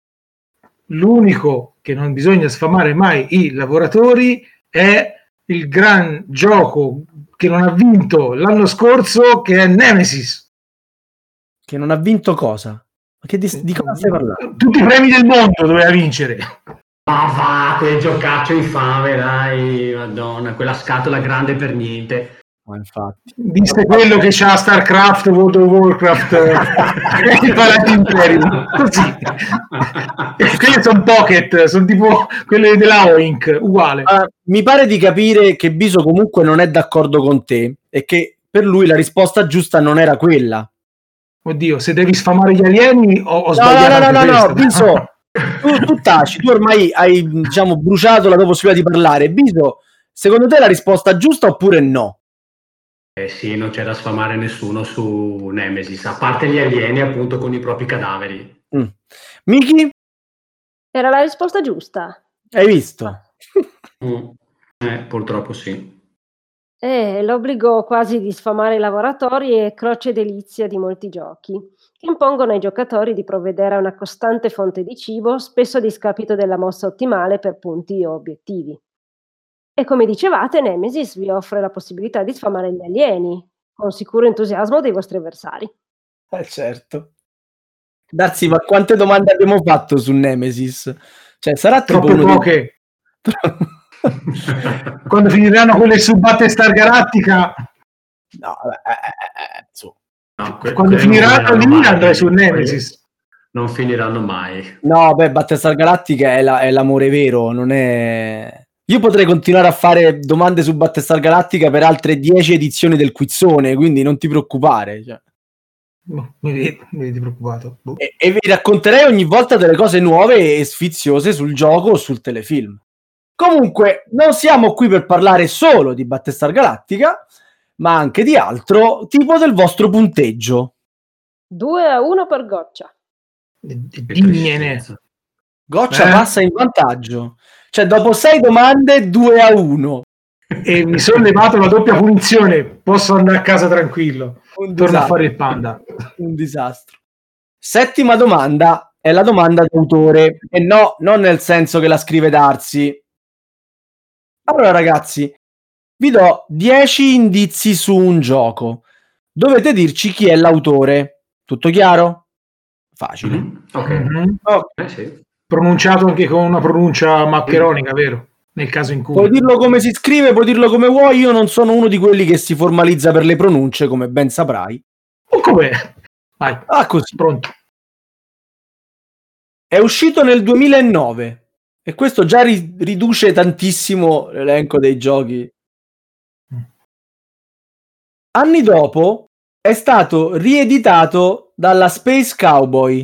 l'unico che non bisogna sfamare mai i lavoratori è il gran gioco che non ha vinto l'anno scorso, che è Nemesis. Che non ha vinto cosa? Ma che di, di cosa stai parlando? Tutti i premi del mondo doveva vincere. Ma va, quel giocaccio infame, dai, madonna, quella scatola grande per niente. Ma infatti. Disse quello che c'ha StarCraft, World of Warcraft e il Palazzo Imperium. Così. Quelle sono pocket, sono tipo quelle della Oink, uguale. Uh, mi pare di capire che Biso comunque non è d'accordo con te e che per lui la risposta giusta non era quella. Oddio, se devi sfamare gli alieni ho, ho no, sbagliato. No, no, no, no, no, Biso, tu, tu taci, tu ormai hai, diciamo, bruciato la tua possibilità di parlare. Biso, secondo te è la risposta giusta oppure no? Eh sì, non c'è da sfamare nessuno su Nemesis, a parte gli alieni appunto con i propri cadaveri. Mm. Miki? Era la risposta giusta. Hai visto? Mm. Eh, purtroppo sì. È l'obbligo quasi di sfamare i lavoratori e croce delizia di molti giochi, che impongono ai giocatori di provvedere a una costante fonte di cibo, spesso a discapito della mossa ottimale per punti o obiettivi. E come dicevate, Nemesis vi offre la possibilità di sfamare gli alieni, con sicuro entusiasmo dei vostri avversari. Eh certo. Darsi, ma quante domande abbiamo fatto su Nemesis? Cioè, sarà troppe poche. Di... Quando finiranno quelle su Battlestar Galactica, no, eh, eh, su. No, que- quando finiranno lì andrai su Nemesis. Non finiranno mai. No, beh, Battlestar Galactica è, la, è l'amore vero, non è... Io potrei continuare a fare domande su Battlestar Galactica per altre dieci edizioni del quizzone, quindi non ti preoccupare. Cioè. No, mi vedi, mi vedi preoccupato. Boh. E, e vi racconterei ogni volta delle cose nuove e sfiziose sul gioco o sul telefilm. Comunque, non siamo qui per parlare solo di Battlestar Galactica, ma anche di altro, tipo del vostro punteggio. due a uno per Goccia. Dimmene. Goccia eh? passa in vantaggio. Cioè, dopo sei domande, due a uno. e mi sono levato la doppia punizione, posso andare a casa tranquillo, torno a fare il panda. Un disastro. Settima domanda è la domanda d'autore, e no, non nel senso che la scrive Darsi. Allora ragazzi, vi do dieci indizi su un gioco. Dovete dirci chi è l'autore. Tutto chiaro? Facile. Mm-hmm. Ok. Mm-hmm. Okay. Eh, sì. Pronunciato anche con una pronuncia maccheronica, vero? Nel caso in cui Puoi dirlo come si scrive, puoi dirlo come vuoi. Io non sono uno di quelli che si formalizza per le pronunce, come ben saprai. o com'è? Vai. Ah, così. Pronto. È uscito nel duemilanove e questo già ri- riduce tantissimo l'elenco dei giochi. Anni dopo è stato rieditato dalla Space Cowboy.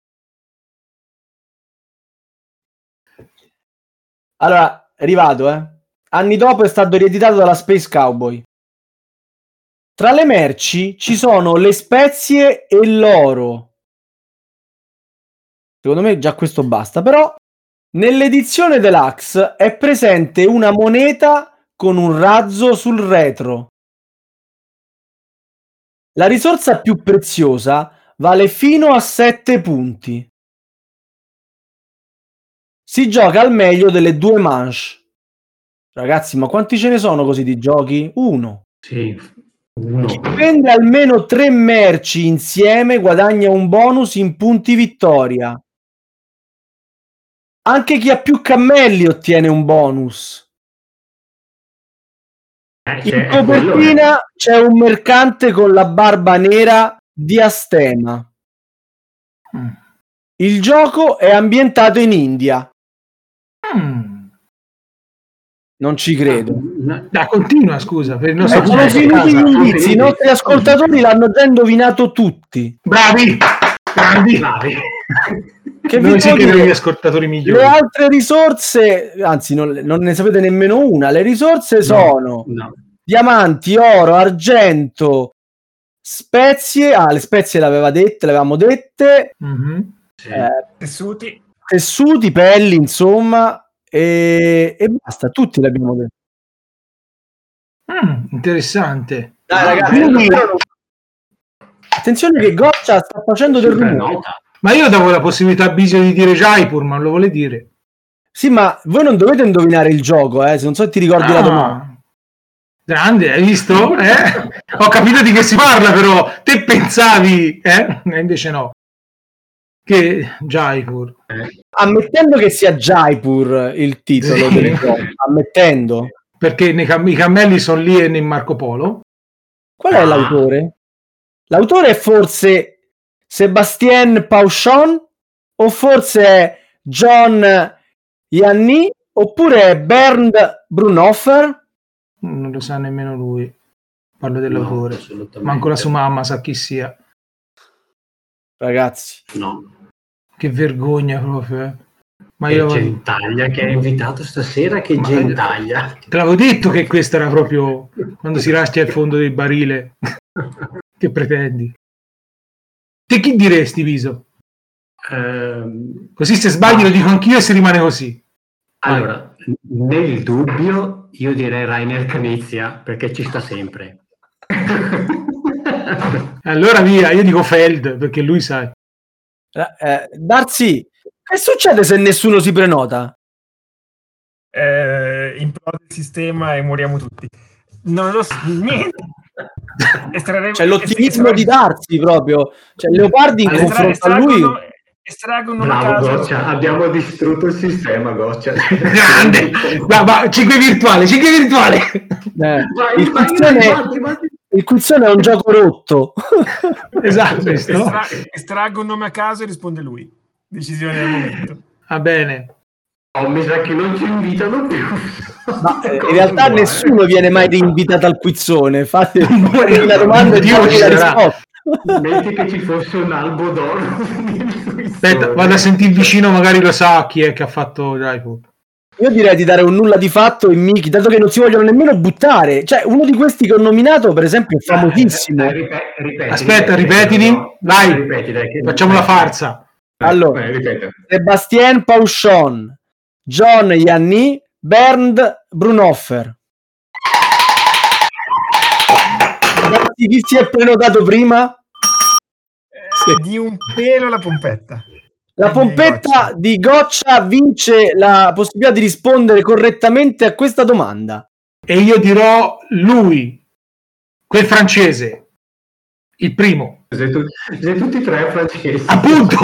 Allora, rivado, eh. Anni dopo è stato rieditato dalla Space Cowboy. Tra le merci ci sono le spezie e l'oro. Secondo me già questo basta, però nell'edizione deluxe è presente una moneta con un razzo sul retro. La risorsa più preziosa vale fino a sette punti. Si gioca al meglio delle due manche. Ragazzi, ma quanti ce ne sono così di giochi? Uno. Sì, uno. Chi vende almeno tre merci insieme guadagna un bonus in punti vittoria. Anche chi ha più cammelli ottiene un bonus. Eh, In cioè, copertina c'è un mercante con la barba nera di Astema. Mm. Il gioco è ambientato in India. Mm. Non ci credo. No, Dai, continua, scusa. Per il nostro Eh, sono pubblico a finiti casa. gli indizi. I nostri ascoltatori l'hanno già indovinato tutti. Bravi! Grandi! bravi. Che Noi vi sì devo che dire? siamo gli ascoltatori migliori. Le altre risorse, anzi non, non ne sapete nemmeno una, le risorse sono No. diamanti, oro, argento, spezie, ah le spezie le aveva dette, le avevamo dette, Mhm. Sì. eh, Tessuti. tessuti, pelli, insomma, e, e basta, tutti le abbiamo dette. Mm, interessante. Dai Ah, ragazzi, bello. quindi- attenzione che Goccia sta facendo del Super rumore. nota. Ma io davo la possibilità a Bisio di dire Jaipur, ma non lo vuole dire. Sì, ma voi non dovete indovinare il gioco, eh, se non so se ti ricordi la domanda. Ah, grande, hai visto? Eh? Ho capito di che si parla, però te pensavi, eh? E invece no. Che Jaipur. Eh. Ammettendo che sia Jaipur il titolo Sì. del gioco, ammettendo. Perché nei cam- i cammelli sono lì e nel Marco Polo. Qual è Ah. l'autore? L'autore è forse Sébastien Pauchon o forse è John Yanni oppure è Bernd Brunhofer? Non lo sa nemmeno lui. Parlo No, dell'autore. assolutamente. Manco la sua mamma sa chi sia. Ragazzi, No. Che vergogna proprio. Eh. Ma Che io gentaglia che hai invitato stasera, che Ma- gentaglia. te l'avevo detto che questa era proprio quando si raschia il fondo del barile. Che pretendi? Te chi diresti, Viso? Ehm, Così se sbagli lo dico anch'io e si rimane così. allora, nel dubbio io direi Rainer Knizia perché ci sta sempre. Allora via, io dico Feld perché lui sa. eh, Darsi, che succede se nessuno si prenota? Eh, implode il sistema e moriamo tutti. Non lo so, niente. Estrarre- C'è l'ottimismo estrarre- di Darsi proprio, cioè Leopardi in estra- confronto a lui. estraggono- estraggono una Bravo casa- Goccia, abbiamo distrutto il sistema, Goccia. Grande! Ma, ma cinque virtuale, cinque virtuale! eh, Vai, il, vai, quizzone, vai, vai, vai. il quizzone è un gioco rotto. Esatto, visto? Estra- estraggo un nome a caso e risponde lui. Decisione del momento. Va bene. Oh, mi sa che non ci invitano più. Ma eh, in realtà nessuno viene mai rinvitato al quizzone. Fate Muore la domanda e Dio diamogli ci la sarà. risposta. Metti che ci fosse un albo d'oro. Aspetta, vado a sentire vicino, magari lo sa chi è che ha fatto Jaipur. Io direi di dare un nulla di fatto in Miki, dato che non si vogliono nemmeno buttare. Cioè, uno di questi che ho nominato, per esempio, è famosissimo. Dai, ripeti, ripeti, Aspetta, ripeti, ripetili. no, Vai. ripeti, dai, che- Facciamo la vai, farsa. vai, Allora. vai, ripeti. Sébastien Pauchon, John Yanni, Bernd Brunhofer. Chi si è prenotato prima? Eh, di un pelo la pompetta. La pompetta di Goccia vince la possibilità di rispondere correttamente a questa domanda. E io dirò lui, quel francese, il primo. Sei, tu, sei tutti e tre francesi. Appunto!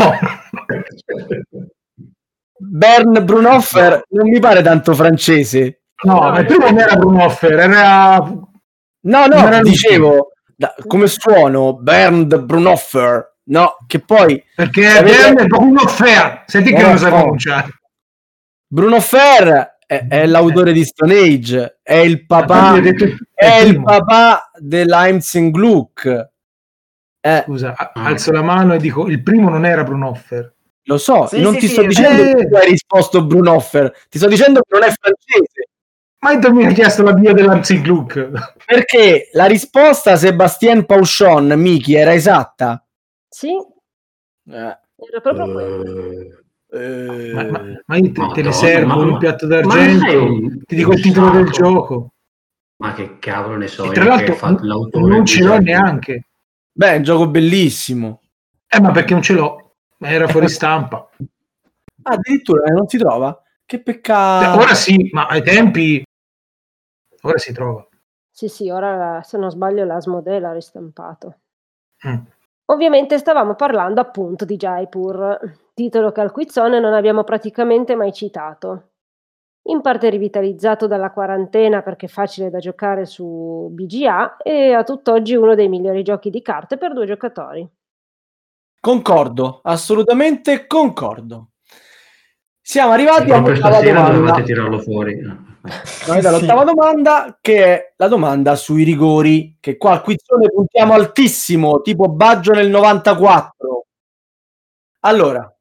Bern Brunhofer non mi pare tanto francese. No, ma il primo non era Brunhofer, era... No, no, dicevo, da, come suono, Bernd Brunhofer. No, che poi... Perché avete... Bernd Brunhofer, senti che non lo sai pronunciare. Brunhofer è, è l'autore di Stone Age, è il papà, detto, è il, il papà dell'Heinz und Gluck. Eh. Scusa, alzo la mano e dico, il primo non era Brunhofer. Lo so, sì, non sì, ti sì, sto dicendo eh. che tu hai risposto Brunhofer, ti sto dicendo che non è francese. Ma tu mi hai chiesto la bio dell'Heinz und Gluck. Perché la risposta Sébastien Pauchon, Miki, era esatta. Sì, Eh. era proprio quello. Eh, ma, ma, ma io te, Madonna, te ne servo ma, un piatto ma d'argento, un, ti dico il titolo sacco. del gioco. Ma che cavolo ne so. E tra l'altro non, non ce l'ho neanche. Beh, è un gioco bellissimo. Eh, ma perché non ce l'ho? Era fuori stampa. Ah, addirittura non si trova? Che peccato. Ora sì, ma ai tempi ora si trova. Sì, sì, ora se non sbaglio l'Asmodee l'ha ristampato. Mm. Ovviamente stavamo parlando appunto di Jaipur, titolo che al Quizzone non abbiamo praticamente mai citato. In parte rivitalizzato dalla quarantena perché facile da giocare su B G A e a tutt'oggi uno dei migliori giochi di carte per due giocatori. Concordo, assolutamente concordo. Siamo arrivati all'ottava domanda. Dovevate tirarlo fuori. Noi dall'ottava sì. domanda, che è la domanda sui rigori, che qua al Quizzone puntiamo altissimo, tipo Baggio nel novantaquattro. Allora,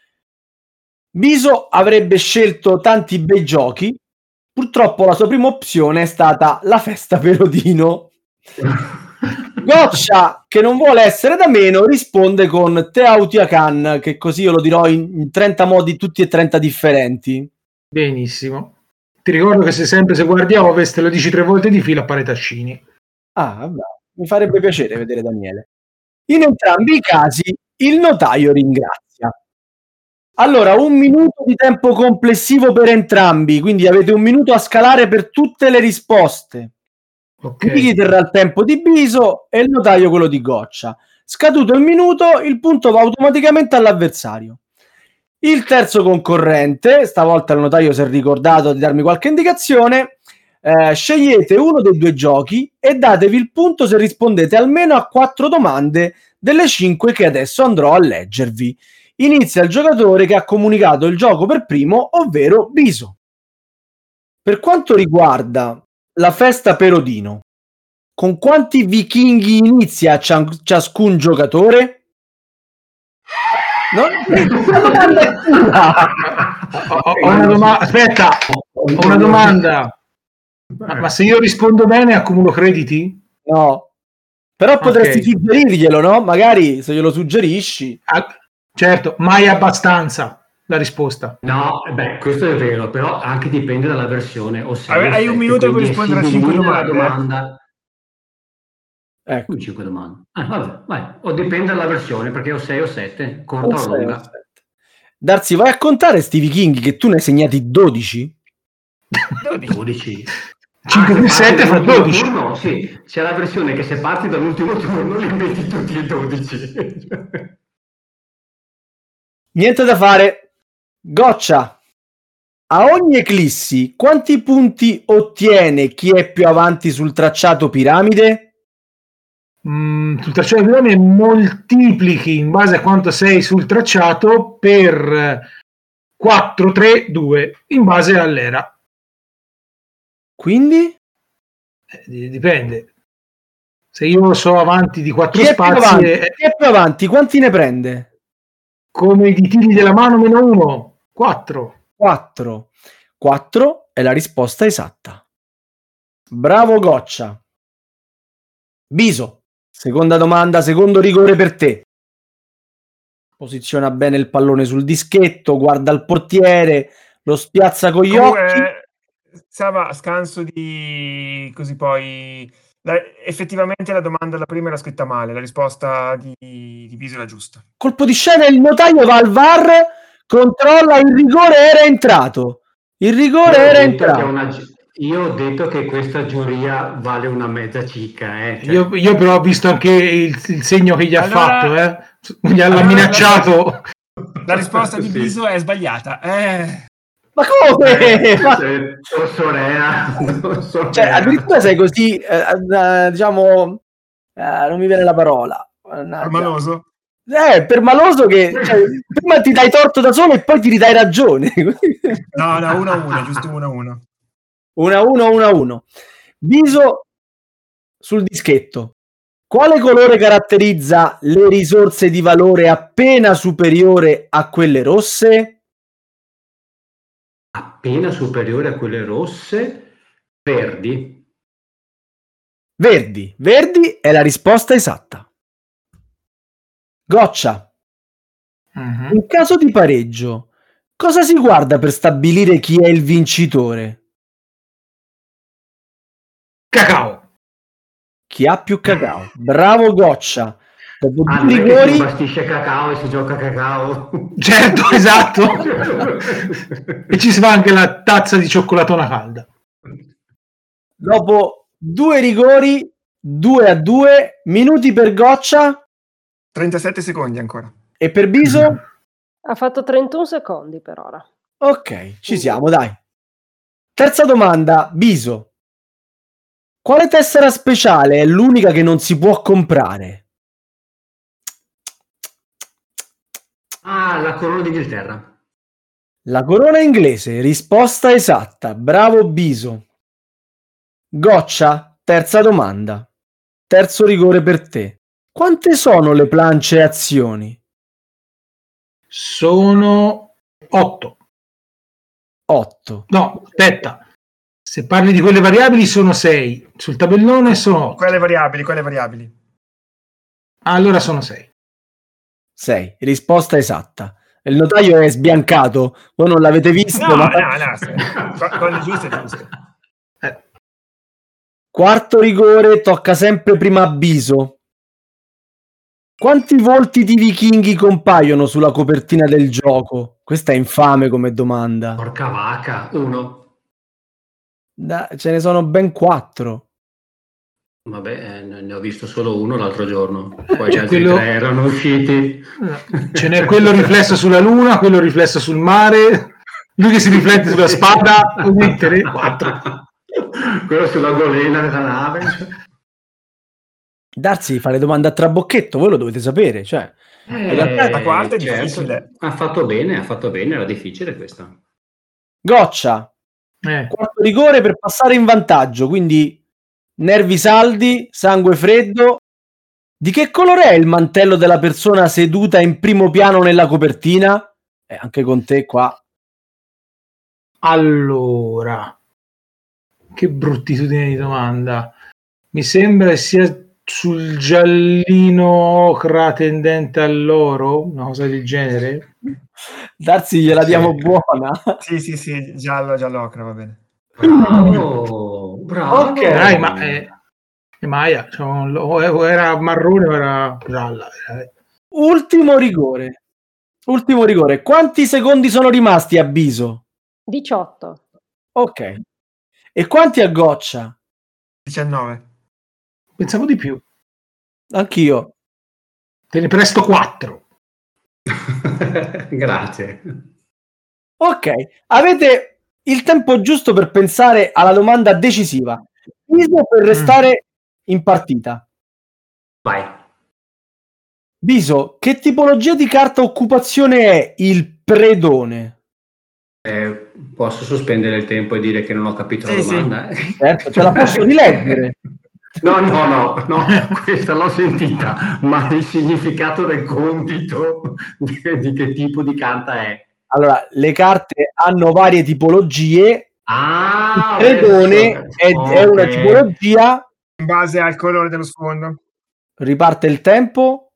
Biso avrebbe scelto tanti bei giochi, purtroppo la sua prima opzione è stata la festa per Odino. Goccia, che non vuole essere da meno, risponde con Teotihuacan, che così io lo dirò in, in trenta modi tutti e trenta differenti. Benissimo. Ti ricordo che se sempre se guardi a ovest lo dici tre volte di fila appare Tascini. Ah, vabbè, mi farebbe piacere vedere Daniele. In entrambi i casi il notaio ringrazia. Allora, un minuto di tempo complessivo per entrambi, quindi avete un minuto a scalare per tutte le risposte. Okay. Chi terrà il tempo di Biso e il notaio quello di Goccia. Scaduto il minuto, il punto va automaticamente all'avversario. Il terzo concorrente, stavolta il notaio si è ricordato di darmi qualche indicazione, eh, scegliete uno dei due giochi e datevi il punto se rispondete almeno a quattro domande delle cinque che adesso andrò a leggervi. Inizia il giocatore che ha comunicato il gioco per primo, ovvero Biso. Per quanto riguarda la festa per Odino, con quanti vichinghi inizia cian- ciascun giocatore? No? La domanda è tua. Ho, ho una doma- aspetta, ho una domanda. Ma, ma se io rispondo bene accumulo crediti? No. Però potresti Okay. suggerirglielo, no? Magari se glielo suggerisci. Ah, certo, mai abbastanza la risposta. No, beh, questo è vero, però anche dipende dalla versione. O sei, Vabbè, o hai sette, un minuto per quindi rispondere a si cinque divide la domande. domanda. Ecco. Come cinque domande? Ah, vabbè, vai. O dipende dalla versione, perché o sei o sette, corta O o sei, lunga. o sette. Darsi, vai a contare sti vichinghi che tu ne hai segnati dodici? dodici. cinque più sette fa dodici. Turno, sì, c'è la versione che se parti dall'ultimo turno li metti tutti e dodici. Niente da fare. Goccia. A ogni eclissi, quanti punti ottiene chi è più avanti sul tracciato piramide? Mm, sul tracciato di piramide moltiplichi in base a quanto sei sul tracciato per quattro, tre, due in base all'era. Quindi? Eh, dipende. Se io so avanti di quattro Chi è, più spazi avanti? è Chi è più avanti? Quanti ne prende? come i tiri della mano meno uno, quattro. quattro. quattro è la risposta esatta. Bravo Goccia. Biso. Seconda domanda, secondo rigore per te. Posiziona bene il pallone sul dischetto, guarda il portiere, lo spiazza con gli Comunque, occhi. Sava, scanso di così poi La, effettivamente la domanda, la prima era scritta male, la risposta di, di Biso era giusta. Colpo di scena, il notaio va al V A R, controlla, il rigore era entrato. Il rigore Io ho era detto che entrato. una gi- io ho detto che questa giuria vale una mezza cicca. Eh. Cioè, Io, io però ho visto anche il, il segno che gli ha Allora- fatto, eh. Gli ha allora- minacciato. La risposta di Sì. Biso è sbagliata. Eh, Ma come? Eh, Ma- cioè, Torsorea, Torsorea. cioè, addirittura sei così, eh, eh, diciamo, eh, non mi viene la parola. Mannaggia. Maloso. Eh, permaloso che cioè, prima ti dai torto da solo e poi ti ridai ragione. No, no, uno a uno, giusto uno a uno. uno a uno, uno a uno. Viso sul dischetto. Quale colore caratterizza le risorse di valore appena superiore a quelle rosse? Appena superiore a quelle rosse, verdi. Verdi. Verdi è la risposta esatta. Goccia. Mhm. In caso di pareggio, cosa si guarda per stabilire chi è il vincitore? Cacao. Chi ha più cacao? Bravo Goccia. Dopo Ah, due non è che si rigori, bastisce cacao e si gioca cacao. Certo, esatto. E ci si fa anche la tazza di cioccolatona calda. dopo due rigori, due a due, minuti per Goccia trentasette secondi ancora. e per Biso? Ha fatto trentuno secondi per ora. Ok, ci siamo, dai. Terza domanda, Biso. Quale tessera speciale è l'unica che non si può comprare? Ah, la corona d'Inghilterra. La corona inglese, risposta esatta. Bravo Biso. Goccia, terza domanda. Terzo rigore per te. Quante sono le plance azioni? Sono otto. otto. No, aspetta. Se parli di quelle variabili sono sei. Sul tabellone sono otto. Quelle variabili, quelle variabili. Allora sono sei. sei. Risposta esatta. Il notaio è sbiancato. Voi non l'avete visto, No, ma... no, no, se- con- con il giusto è giusto. Eh, Quarto rigore, tocca sempre prima a Biso. Quanti volti di vichinghi compaiono sulla copertina del gioco? Questa è infame come domanda. Porca vacca, uno. Da- ce ne sono ben quattro. Vabbè, eh, ne ho visto solo uno l'altro giorno. Poi gli C'è altri quello- tre erano usciti. ce n'è quello riflesso sulla luna, quello riflesso sul mare, lui che si riflette sulla spada, quindi tre, quattro. Quello sulla golena della nave. Darsi fa le domande a trabocchetto, voi lo dovete sapere, cioè. Eh, la quarta è certo. difficile. Ha fatto bene, ha fatto bene, era difficile questa. Goccia, Eh, quarto rigore per passare in vantaggio, quindi nervi saldi, sangue freddo. Di che colore è il mantello della persona seduta in primo piano nella copertina? Eh, anche con te qua. allora, che bruttitudine di domanda. Mi sembra che sia sul giallino ocra tendente all'oro, una cosa del genere. Darsi gliela Sì. diamo buona. Sì, sì, sì, giallo, giallo ocra, va bene. Bravo, bravo. Ok, Dai, ma è, è Maia, cioè, o era marrone o era gialla. eh. Ultimo rigore. Ultimo rigore. Quanti secondi sono rimasti a Biso? diciotto. Ok. E quanti a Goccia? diciannove. Pensavo di più. Anch'io. Te ne presto quattro. Grazie. Ok, avete il tempo giusto per pensare alla domanda decisiva. Biso per restare in partita. Vai. Biso, che tipologia di carta occupazione è il predone? Eh, posso sospendere il tempo e dire che non ho capito la Sì, sì. domanda? eh? Certo, ce la posso rileggere. No, no, no, no, questa l'ho sentita, ma il significato del compito di, di che tipo di carta è? Allora, le carte hanno varie tipologie. Ah, Il predone adesso- è, è una ok. tipologia. In base al colore dello sfondo. Riparte il tempo.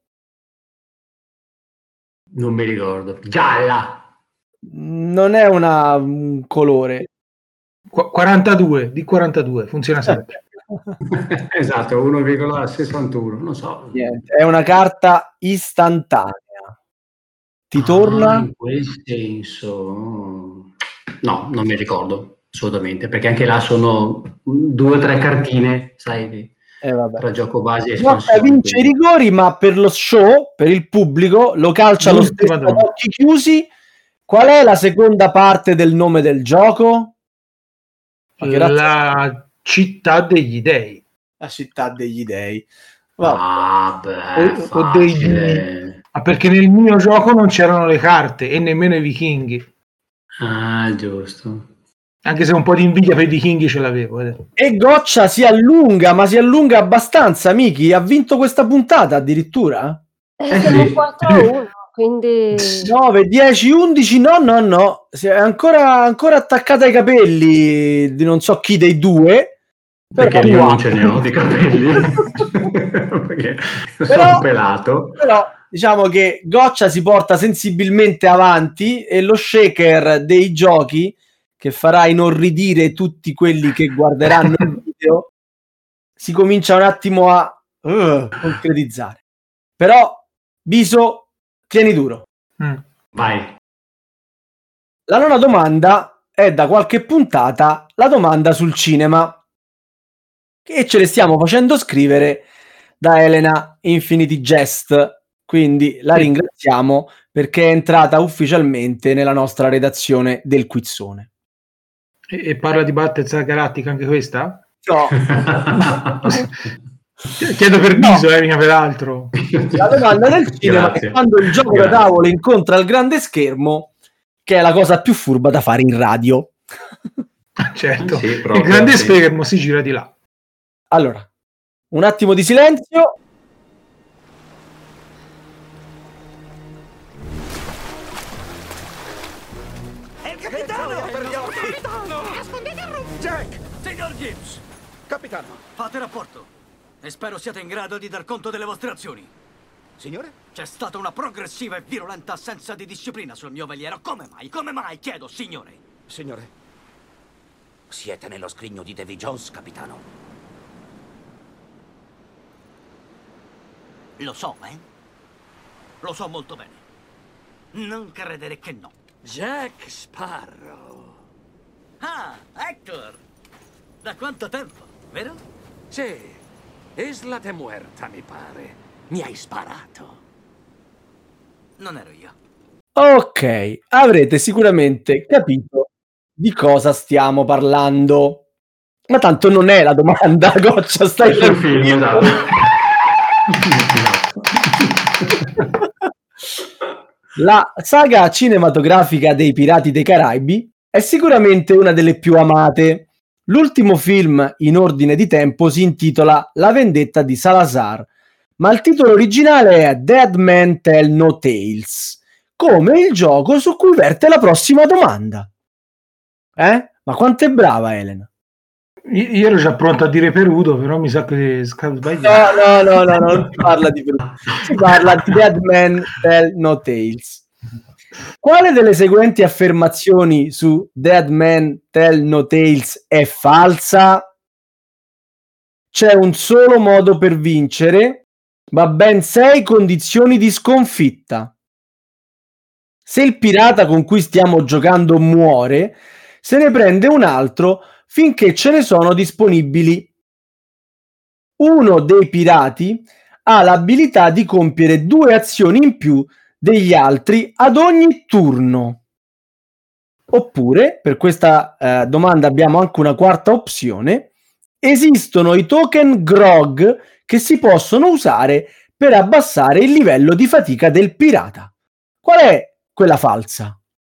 Non mi ricordo. Gialla. Non è una, un colore. Qu- quarantadue, di quarantadue, funziona sempre. Esatto, uno virgola sessantuno, non so. Niente, è una carta istantanea. Ti Ah, torna? in quel senso... No, non mi ricordo assolutamente, perché anche là sono due o tre cartine, sai, Eh, vabbè. tra gioco base e Gioca, espansione. vince i quindi. rigori, ma per lo show, per il pubblico, lo calcia lo L'ultima stesso ad domanda. occhi chiusi. Qual è la seconda parte del nome del gioco? Ma che razza- La città degli dei. La città degli dei. Vabbè. Ah, beh, O- o dei- facile. Ah, perché nel mio gioco non c'erano le carte e nemmeno i vichinghi. Ah, giusto. Anche se un po' di invidia per i vichinghi ce l'avevo. eh. E Goccia si allunga, ma si allunga abbastanza, Miki. Ha vinto questa puntata addirittura? Eh, Eh siamo sì. quattro a uno, quindi... nove, dieci, undici, no, no, no. Si è ancora, ancora attaccata ai capelli di non so chi dei due. Perché Però- io non ce ne ho di capelli. Perché Però- sono pelato. Però diciamo che Goccia si porta sensibilmente avanti e lo shaker dei giochi, che farà inorridire tutti quelli che guarderanno il video, si comincia un attimo a uh, concretizzare. Però, Biso, tieni duro. Mm. Vai. La nona domanda è da qualche puntata la domanda sul cinema, che ce le stiamo facendo scrivere da Elena Infinity Jest, quindi la Sì. ringraziamo perché è entrata ufficialmente nella nostra redazione del Quizzone. E, e parla di Battlestar Galactica anche questa? No, Chiedo per No. Biso, eh, mica per altro. la domanda del cinema Grazie. è quando il gioco da Grazie. tavolo incontra il grande schermo, che è la cosa più furba da fare in radio. Certo. Sì, Il proprio, grande sì. schermo si gira di là. Allora, un attimo di silenzio. È il capitano! Per gli occhi! Capitano! Nascondete il rum! Jack! Signor Gibbs, Capitano! fate rapporto e spero siate in grado di dar conto delle vostre azioni. Signore? C'è stata una progressiva e virulenta assenza di disciplina sul mio veliero. Come mai? Come mai? Chiedo, signore. Signore. Siete nello scrigno di Davy Jones, capitano. Lo so, eh? Lo so molto bene. Non credere che no. Jack Sparrow. Ah, Hector! Da quanto tempo, vero? Sì, Isla de Muerta, mi pare. Mi hai sparato. Non ero io. Ok, avrete sicuramente capito di cosa stiamo parlando. Ma tanto non è la domanda, Goccia, stai Sul film, esatto. La saga cinematografica dei Pirati dei Caraibi è sicuramente una delle più amate. L'ultimo film in ordine di tempo si intitola La vendetta di Salazar, ma il titolo originale è Dead Men Tell No Tales, come il gioco su cui verte la prossima domanda. Eh? Ma quanto è brava Elena? Io io ero già pronto a dire Perudo, però mi sa che scavo sbagliato. No, no, no, no, no, non si parla di si parla di Dead Men Tell No Tales. Quale delle seguenti affermazioni su Dead Men Tell No Tales è falsa? C'è un solo modo per vincere, ma ben sei condizioni di sconfitta. Se il pirata con cui stiamo giocando muore, se ne prende un altro finché ce ne sono disponibili. Uno dei pirati ha l'abilità di compiere due azioni in più degli altri ad ogni turno. Oppure, per questa eh, domanda abbiamo anche una quarta opzione, esistono i token grog che si possono usare per abbassare il livello di fatica del pirata. Qual è quella falsa?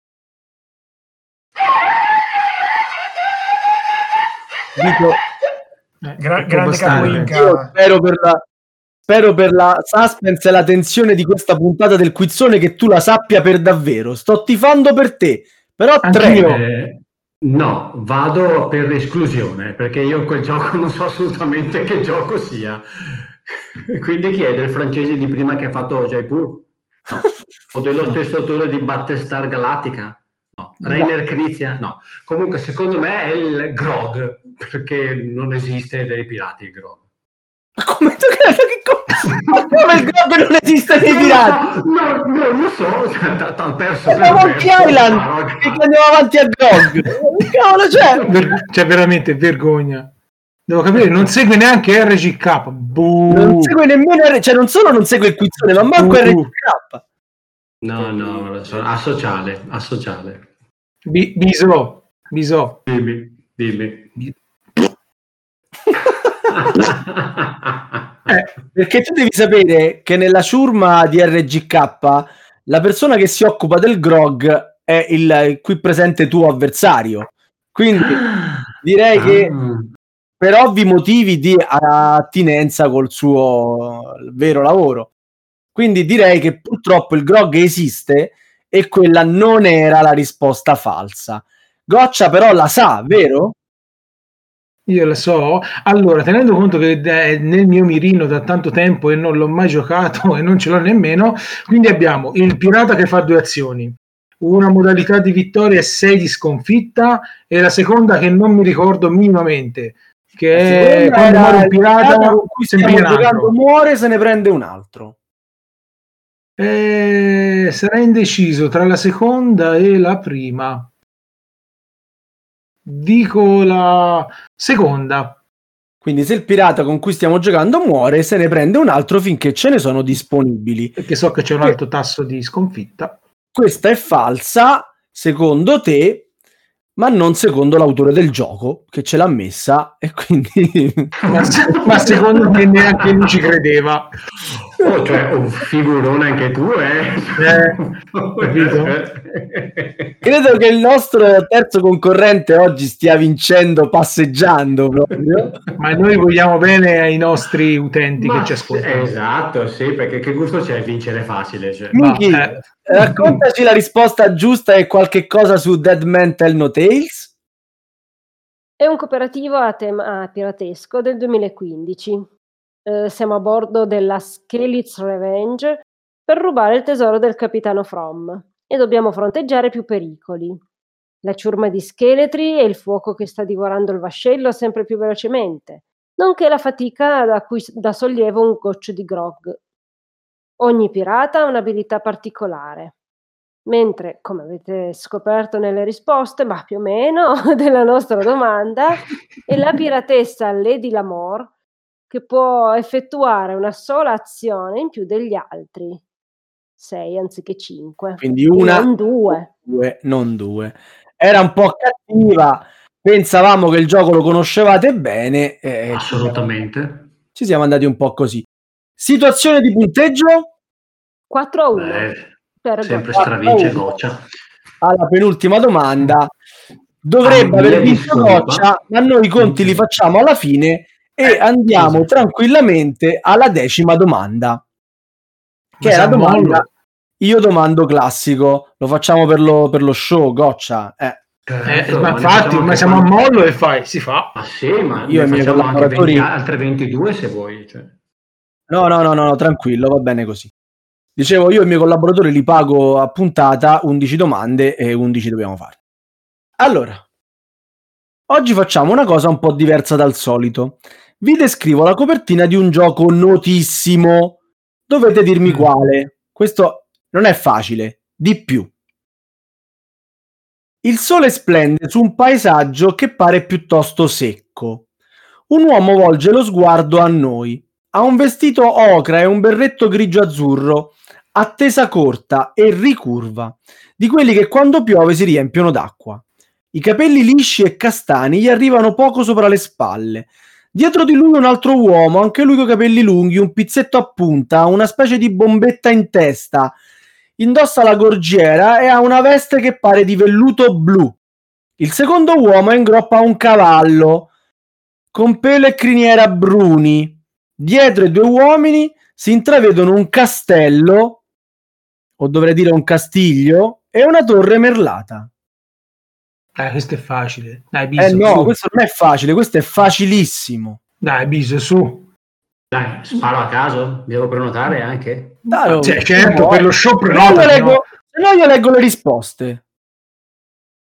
Dico, Eh, Gra- può grande bastare. capolinca. io spero per la spero per la suspense e la tensione di questa puntata del quizzone che tu la sappia per davvero. Sto tifando per te, però tre. Anch'io. Eh, no, vado per esclusione, perché io quel gioco non so assolutamente che gioco sia. Quindi chiedo il francese di prima che ha fatto Jaipur? No. O dello stesso autore di Battlestar Galactica? No. Rainer Knizia? No. Comunque, secondo me è il grog, perché non esiste dei pirati il grog. Ma come tu credi che co- come il grog non esiste nei pirati? No, no, non lo so, t'ho perso È Monkey Island che andiamo avanti a grog. Che cavolo c'è? Ver- cioè veramente vergogna. Devo capire, non segue neanche R G K. Buh. Non segue nemmeno R- cioè non solo non segue il quizzone, ma manco Uh. R G K. No, no, non lo so. Asociale, asociale. Bi- biso, biso. Dimmi, dimmi. Eh, perché tu devi sapere che nella ciurma di R G K la persona che si occupa del grog è il qui presente tuo avversario. Quindi direi che per ovvi motivi di attinenza col suo vero lavoro. Quindi direi che purtroppo il grog esiste e quella non era la risposta falsa. Goccia però la sa, vero? Io la so. Allora, tenendo conto che è nel mio mirino da tanto tempo e non l'ho mai giocato e non ce l'ho nemmeno, quindi abbiamo il pirata che fa due azioni, una modalità di vittoria e sei di sconfitta, e la seconda che non mi ricordo minimamente, che è quando muore un pirata con cui se ne stiamo prende un giocando, altro. muore, se ne prende un altro. Eh, sarà indeciso tra la seconda e la prima. Dico la seconda. Quindi se il pirata con cui stiamo giocando muore, se ne prende un altro finché ce ne sono disponibili. Perché so che c'è un alto tasso di sconfitta. Questa è falsa, secondo te, ma non secondo l'autore del gioco, che ce l'ha messa, e quindi... ma, ma secondo me neanche lui ci credeva. Oh, cioè, un figurone anche tu, eh? eh capito? Credo che il nostro terzo concorrente oggi stia vincendo passeggiando proprio. Ma noi vogliamo bene ai nostri utenti Ma che ci ascoltano. Esatto, sì, perché che gusto c'è vincere facile? Cioè. Miki, Ma, eh. raccontaci la risposta giusta e qualche cosa su Dead Man Tell No Tales. È un cooperativo a tema piratesco del duemilaquindici. Eh, siamo a bordo della Skelets Revenge per rubare il tesoro del capitano From e dobbiamo fronteggiare più pericoli. La ciurma di scheletri e il fuoco che sta divorando il vascello sempre più velocemente, nonché la fatica da cui dà sollievo un goccio di grog. Ogni pirata ha un'abilità particolare. Mentre, come avete scoperto nelle risposte, ma più o meno, della nostra domanda, è la piratessa Lady Lamore che può effettuare una sola azione in più degli altri. Sei anziché cinque. Quindi una, non due. due, non due. Era un po' cattiva, pensavamo che il gioco lo conoscevate bene. Eh, Assolutamente. Ci siamo andati un po' così. Situazione di punteggio? quattro a uno. Beh, per sempre Goccia. stravince Goccia. Alla penultima domanda. Dovrebbe Ah, aver via vinto discolpa. Goccia, ma noi i conti li facciamo alla fine e andiamo esatto. tranquillamente alla decima domanda. Che Ma è la siamo domanda mollo. io domando classico. Lo facciamo per lo, per lo show, Goccia. Eh. Eh, ma infatti, ma siamo a mollo e fai, si fa. Ma sì, ma Io e i miei facciamo anche collaboratori- venti altre ventidue se vuoi. Cioè. No, no, no, no, no, tranquillo, va bene così. Dicevo, io e i miei collaboratori li pago a puntata, undici domande e undici dobbiamo fare. Allora, oggi facciamo una cosa un po' diversa dal solito. Vi descrivo la copertina di un gioco notissimo. Dovete dirmi Mm. quale. Questo non è facile. Di più. Il sole splende su un paesaggio che pare piuttosto secco. Un uomo volge lo sguardo a noi. Ha un vestito ocra e un berretto grigio-azzurro, a tesa corta e ricurva, di quelli che quando piove si riempiono d'acqua. I capelli lisci e castani gli arrivano poco sopra le spalle. Dietro di lui un altro uomo, anche lui con capelli lunghi, un pizzetto a punta, una specie di bombetta in testa. Indossa la gorgiera e ha una veste che pare di velluto blu. Il secondo uomo è in groppa a un cavallo, con pelo e criniera bruni. Dietro i due uomini si intravedono un castello, o dovrei dire un castiglio, e una torre merlata. Eh, questo è facile. Dai, Biso, Eh no, su. questo non è facile, questo è facilissimo. Dai, Biso, su. Dai, sparo a caso, devo prenotare anche. Dai, Cioè, certo, no, per lo show se no prenota, io leggo, no? se no io leggo le risposte.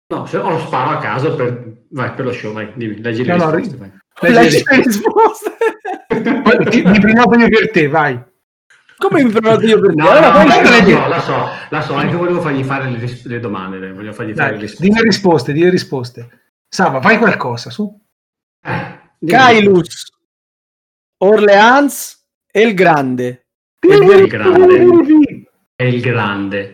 No, se o sparo a caso per, vai, per lo show, vai, dimmi, leggi le No, no, risposte. ri- vai. Leggi le risposte. Poi ti- mi prenoto io per te, vai. Come mi prenoto io per te? No, Allora, no, poi no, leggi- la leggi- so, la so, la so, anche volevo fargli fare le, ris- le domande, le- voglio fargli fare le Dai, risposte. di le risposte, di le risposte. Sava, fai qualcosa, su. Eh, dimmi le risposte. Kailus, Orleans e il Grande. È il grande. È il grande.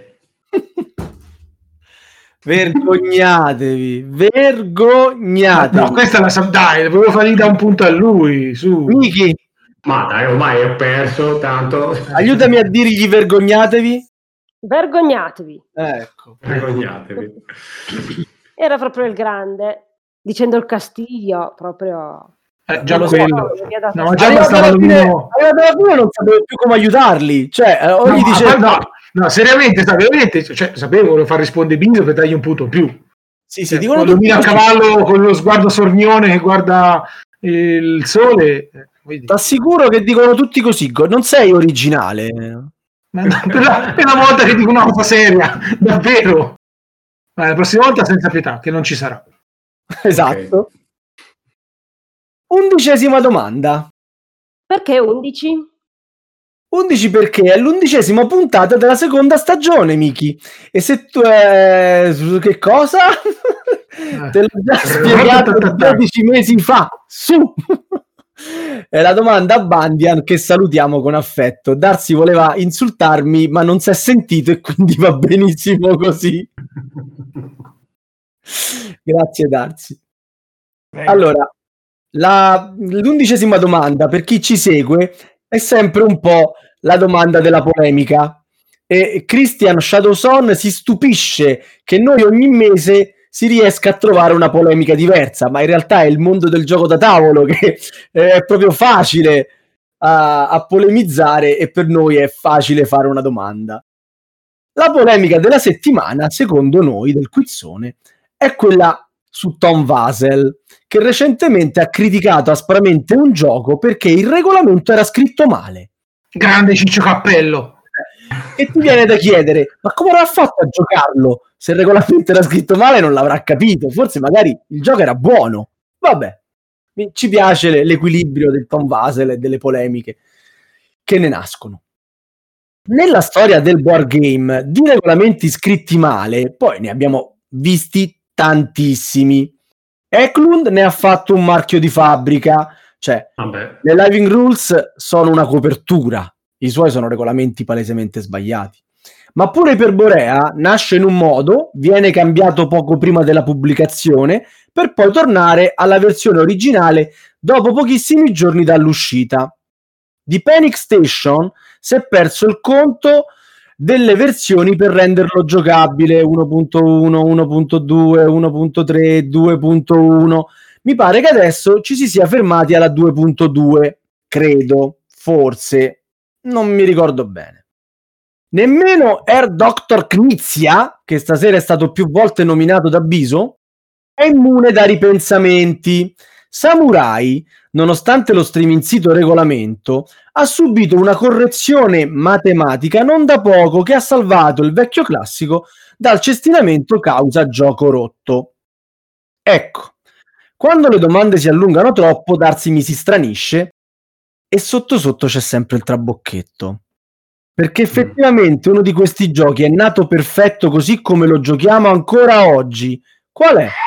Vergognatevi, vergognatevi. No, questa la sa- dai, volevo fargli da un punto a lui, su. Miki, Ma dai, ormai ho perso, tanto... aiutami a dirgli vergognatevi. Vergognatevi. Ecco. Vergognatevi. Era proprio il Grande, dicendo il Castillo, proprio... Eh, già lo so, quello. mi ha dato- No, ma già Arrivato bastava alla fine, l'uno. arrivato alla fine non sapevo più come aiutarli. Cioè, eh, o No, gli ma- dicevo, no, no, seriamente, sa- veramente, cioè, sapevo, volevo far rispondere Biso per dargli un punto in più. sì, sì, Cioè, dicono quando tutti mira a così. cavallo con lo sguardo sornione che guarda il sole, eh, vedi. T'assicuro che dicono tutti così. go- Non sei originale. Ma no, per, la, per la volta che dico una cosa seria, davvero. Ma la prossima volta senza pietà, che non ci sarà. Esatto. Undicesima domanda. Perché undici? undici perché è l'undicesima puntata della seconda stagione, Miki. E se tu... Eh, che cosa? Te l'ho già spiegato dodici mesi fa. Su! È la domanda a Bandian, che salutiamo con affetto. Darsi voleva insultarmi, ma non si è sentito e quindi va benissimo così. Grazie, Darsi. Prego. Allora, la, l'undicesima domanda, per chi ci segue, è sempre un po' la domanda della polemica. E Christian Shadowson si stupisce che noi ogni mese si riesca a trovare una polemica diversa, ma in realtà è il mondo del gioco da tavolo che eh, è proprio facile a, a polemizzare e per noi è facile fare una domanda. La polemica della settimana, secondo noi, del quizzone, è quella su Tom Vasel, che recentemente ha criticato aspramente un gioco perché il regolamento era scritto male. Grande Ciccio Cappello. E ti viene da chiedere, ma come avrà fatto a giocarlo? Se il regolamento era scritto male non l'avrà capito, forse magari il gioco era buono. Vabbè, mi- ci piace le- l'equilibrio del Tom Vasel e delle polemiche che ne nascono. Nella storia del board game di regolamenti scritti male, poi ne abbiamo visti tantissimi. Eklund ne ha fatto un marchio di fabbrica, cioè Vabbè. le Living Rules sono una copertura, i suoi sono regolamenti palesemente sbagliati. Ma pure per Borea nasce in un modo, viene cambiato poco prima della pubblicazione, per poi tornare alla versione originale dopo pochissimi giorni dall'uscita. Di Panic Station si è perso il conto delle versioni per renderlo giocabile: uno punto uno, uno punto due, uno punto tre, due punto uno. Mi pare che adesso ci si sia fermati alla due punto due, credo, forse, non mi ricordo bene. Nemmeno Air Doctor Knizia, che stasera è stato più volte nominato da Biso, è immune da ripensamenti. Samurai, nonostante lo striminzito regolamento, ha subito una correzione matematica non da poco che ha salvato il vecchio classico dal cestinamento causa gioco rotto. Ecco, quando le domande si allungano troppo, Darsi mi si stranisce e sotto sotto c'è sempre il trabocchetto. Perché effettivamente uno di questi giochi è nato perfetto così come lo giochiamo ancora oggi. Qual è?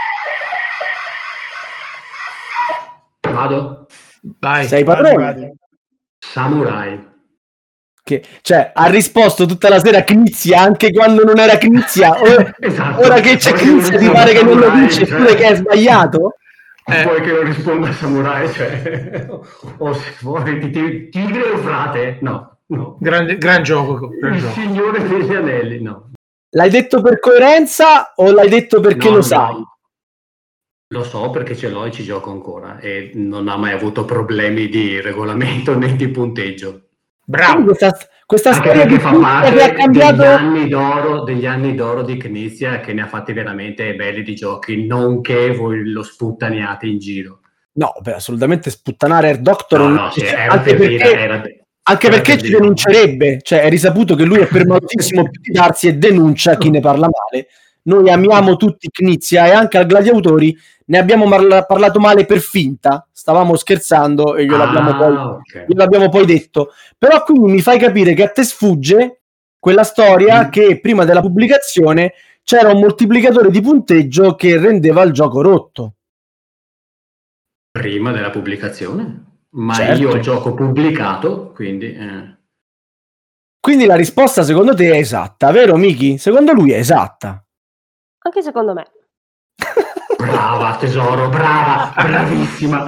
Vado? Vai. Sei Vadi, padrone? vadi. Samurai. Che, cioè, ha risposto tutta la sera Knizia anche quando non era Knizia. Ora, Esatto. ora che c'è Ora che Knizia non ti pare che non lo Samurai, dice cioè. pure che è sbagliato? Eh. Vuoi che non risponda a Samurai? Cioè, o se vuoi ti- ti- Tigre o frate? No, no. Gran, gran gioco. Gran Il gioco. Signore degli Anelli, no. L'hai detto per coerenza o l'hai detto perché No, lo no. sai? Lo so perché ce l'ho e ci gioco ancora e non ha mai avuto problemi di regolamento né di punteggio. Quindi Bravo. questa, questa Anche storia di perché fa Knizia parte che ha degli cambiato... anni d'oro, degli anni d'oro di Knizia, che ne ha fatti veramente belli di giochi, non che voi lo sputtaniate in giro. No, beh, assolutamente sputtanare Air Doctor No, non- no, sì, cioè, era anche per dire, perché, era- anche era perché per ci dire. denuncerebbe, cioè è risaputo che lui è permalosissimo più di Darsi e denuncia chi ne parla male, noi amiamo tutti Knizia e anche al Gladiatori ne abbiamo mar- parlato male per finta, stavamo scherzando e gliel'abbiamo, Ah, poi, ok. gliel'abbiamo poi detto, però quindi mi fai capire che a te sfugge quella storia Mm. che prima della pubblicazione c'era un moltiplicatore di punteggio che rendeva il gioco rotto. Prima della pubblicazione, ma Certo. io ho il gioco pubblicato, quindi eh. Quindi la risposta secondo te è esatta, vero Miki? Secondo lui è esatta. Anche secondo me. Brava tesoro, brava, bravissima.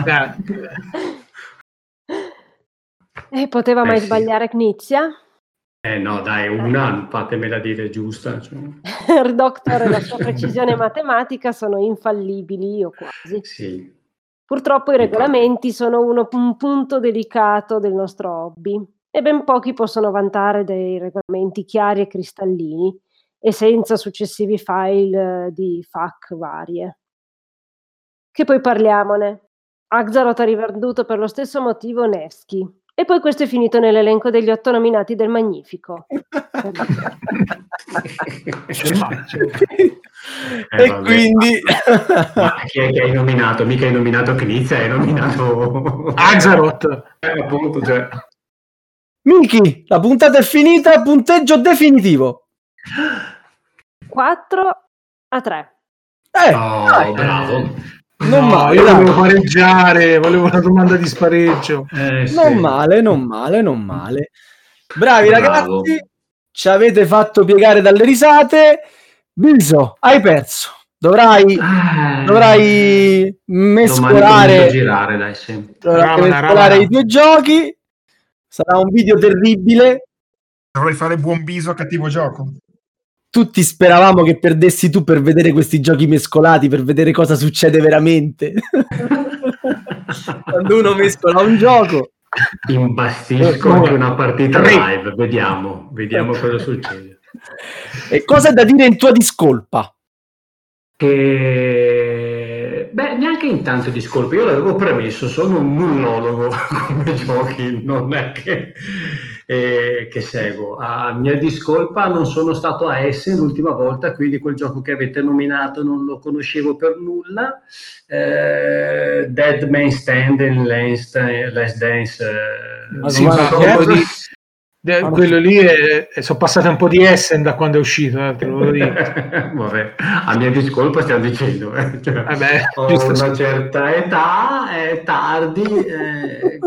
E poteva Eh mai sì. sbagliare Knizia? Eh no, dai, una fatemela dire giusta. Cioè. Il Doctor e la sua precisione matematica sono infallibili, o quasi. Sì. Purtroppo i regolamenti sono uno, un punto delicato del nostro hobby e ben pochi possono vantare dei regolamenti chiari e cristallini e senza successivi file di F A Q varie. Che poi parliamone. Axaroth ha rivenduto per lo stesso motivo Nevsky e poi questo è finito nell'elenco degli otto nominati del Magnifico. e Eh, vabbè, quindi ma chi è che hai nominato? Mica hai nominato Knizia, hai nominato Axaroth. Eh, appunto, cioè. Miki, la puntata è finita, punteggio definitivo. quattro a tre. Eh, Oh, dai, bravo. non No, male, io dai. volevo pareggiare, volevo una domanda di spareggio. Eh, Non sì. male, non male, non male. Bravi Bravo. ragazzi, ci avete fatto piegare dalle risate. Biso, hai perso. Dovrai, Eh, dovrai Domani mescolare, comincio a girare, dai, sì. dovrai Ravana, mescolare ravana. i due giochi. Sarà un video terribile. Dovrei fare buon viso a cattivo gioco. Tutti speravamo che perdessi tu per vedere questi giochi mescolati, per vedere cosa succede veramente. Quando uno mescola un gioco. Imbastisco Eh, anche una partita tre. live, vediamo, vediamo cosa succede. E cosa è da dire in tua discolpa? Che beh, neanche in tanto discolpa, io l'avevo premesso, sono un nulologo come giochi, non è che, eh, che seguo. A mia discolpa non sono stato a Essen l'ultima volta, quindi quel gioco che avete nominato non lo conoscevo per nulla. Eh, Dead Man Stand e Last, Last Dance. Eh, Sì, ma ma che è? quello, di, de- quello lì è, è- sono passate un po' di Essen da quando è uscito, eh, te lo dico. Vabbè, a mia discolpa stiamo dicendo, eh. Cioè, Vabbè, ho giusto, una scusa. certa età, è tardi. Eh...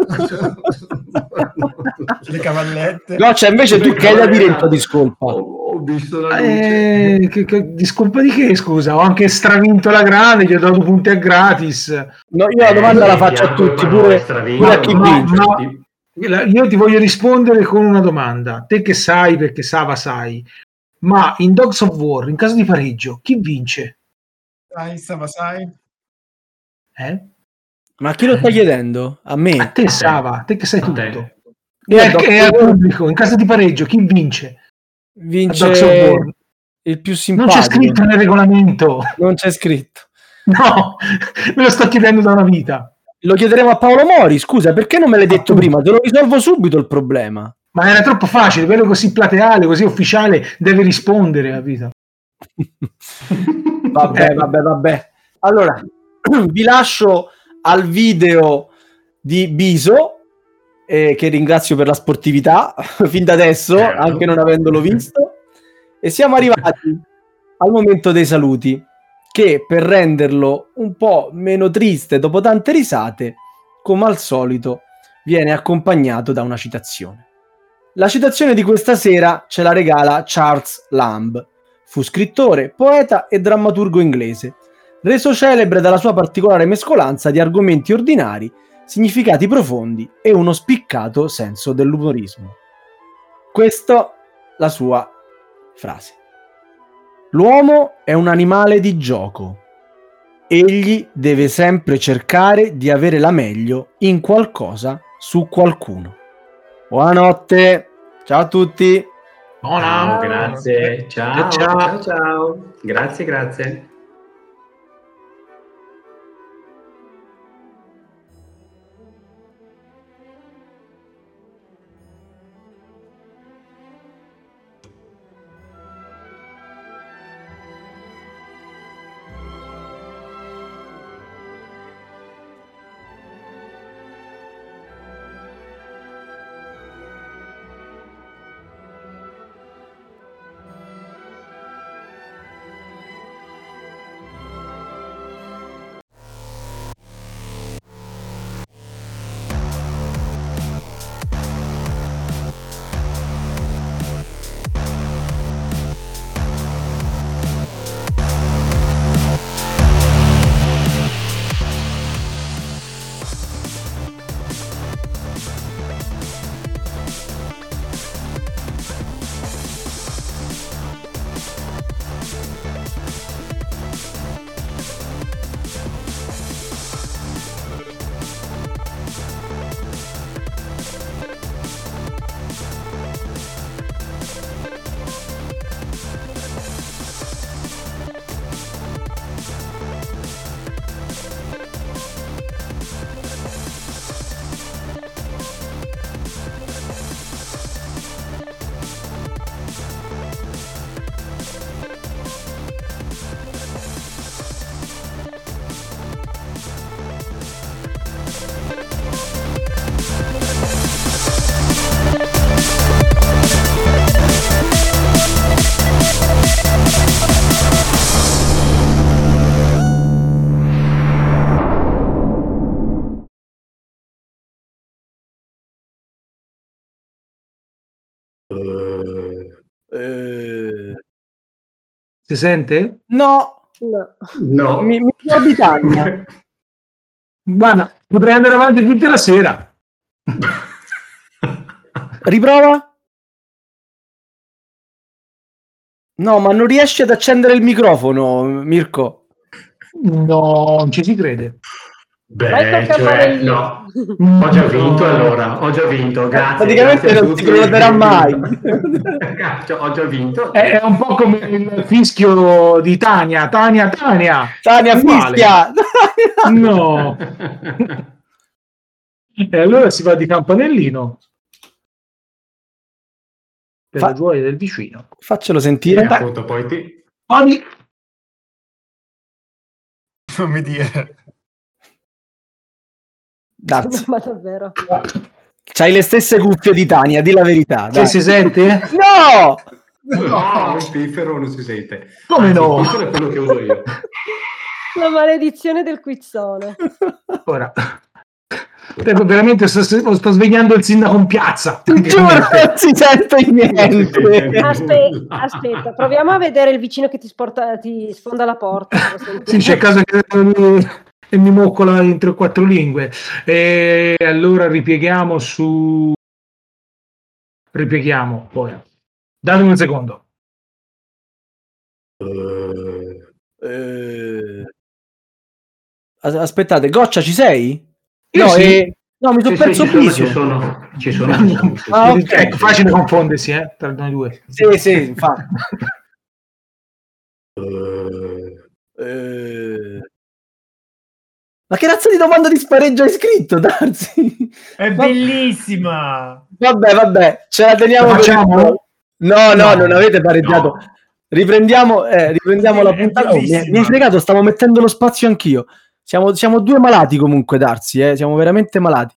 Le cavallette. No, cioè invece tu che hai da dire in tua discolpa? Ho, ho visto la luce. Eh, che, che, discolpa di che, scusa? Ho anche stravinto la grande, gli ho dato punti a gratis. No, io la domanda Eh, la sì, faccio a bianco e tutti, parole, pure, stravinto, pure a chi ma- vince. ma- Ti- La- Io ti voglio rispondere con una domanda. Te che sai, perché Sava sai, ma in Dogs of War, in caso di pareggio, chi vince? Sai, Sava, sai. Eh? Ma a chi lo stai chiedendo? A A me? te, Sava, te che sai A tutto. te. E, Io al, Dogs e of al War pubblico, in caso di pareggio, chi vince? A Dogs of vince War. il più Non simpatico. c'è scritto nel regolamento. Non c'è scritto. No, me lo sto chiedendo da una vita. Lo chiederemo a Paolo Mori, scusa, perché non me l'hai detto Appunto. prima? Te lo risolvo subito il problema. Ma era troppo facile, quello così plateale, così ufficiale, deve rispondere, capito? Vabbè, vabbè, vabbè. Allora, vi lascio al video di Biso, eh, che ringrazio per la sportività, fin da adesso, Certo. anche non avendolo visto. E siamo arrivati al momento dei saluti, che per renderlo un po' meno triste dopo tante risate, come al solito, viene accompagnato da una citazione. La citazione di questa sera ce la regala Charles Lamb. Fu scrittore, poeta e drammaturgo inglese, reso celebre dalla sua particolare mescolanza di argomenti ordinari, significati profondi e uno spiccato senso dell'umorismo. Questa la sua frase. L'uomo è un animale di gioco. Egli deve sempre cercare di avere la meglio in qualcosa su qualcuno. Buonanotte, ciao a tutti. Buona. Ciao, grazie. Ciao, Ciao. ciao, ciao. Grazie, grazie. Si sente? No, No. No. mi, mi ricordi Tania. Guarda, potrei andare avanti tutta la sera. Riprova? No, ma non riesci ad accendere il microfono, Mirko. No, non ci si crede. Vai col Beh, cioè, campanellino. no. Ho già vinto allora, ho già vinto, grazie. Praticamente grazie a non si tutti. prenoterà mai. Cazzo, ho già vinto. È, è un po' come il fischio di Tania. Tania, Tania. Tania Uguale. fischia. No. E allora si va di campanellino. Per Fa- la gioia del vicino. Faccelo E sentire. appunto poi ti... Tony. Non mi dire. Grazie. Ma davvero. C'hai le stesse cuffie di Tania, di la verità. Se Dai. si sente? No! No, il piffero non si sente. Come Anzi, no? Il piffero è quello che uso io. La maledizione del quizzone. Ora. Veramente sto, sto svegliando il sindaco in piazza. Ti giuro, non si sente niente. Aspe- aspetta, proviamo a vedere il vicino che ti, sporta, ti sfonda la porta. Sì, c'è caso che mi, e mi moccola in tre o quattro lingue. E allora ripieghiamo su... Ripieghiamo, poi. Datemi un secondo. Uh, Eh, Aspettate, Goccia, ci sei? Io No, sì. eh, no, mi sono sì, perso sì, ci sono, Biso. ci sono, ci sono, ci sono, sì, sì. Ah, ok. Ecco, facile confondersi, eh, tra noi due. Sì, sì, infatti. Uh, Eh, Ma che razza di domanda di spareggio hai scritto, Darsi? È Va- bellissima! Vabbè, vabbè, ce la teniamo La per il facciamo? gol. No, no, No, non avete pareggiato. no. Riprendiamo, eh, riprendiamo Sì, la è puntata. Oh, mi, bellissima. mi hai fregato, stavo mettendo lo spazio anch'io. Siamo, siamo due malati comunque, Darsi, eh? Siamo veramente malati.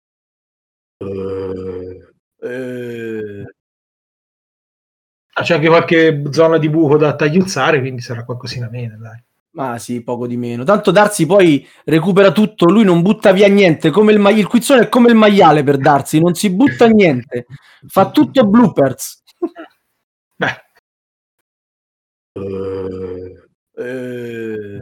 uh, Eh, C'è anche qualche zona di buco da tagliuzzare, quindi sarà qualcosina meno, dai. Ma sì, poco di meno. Tanto Darsi poi recupera tutto, lui non butta via niente, come il, ma- il quizzone è come il maiale per Darsi, non si butta niente, fa tutto bloopers. Beh, uh, Eh,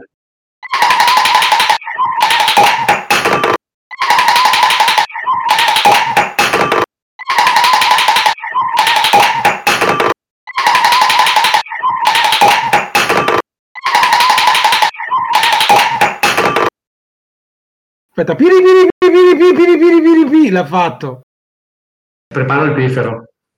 aspetta, piri piri piri piri piri piri piri piri, l'ha fatto. preparo il piffero.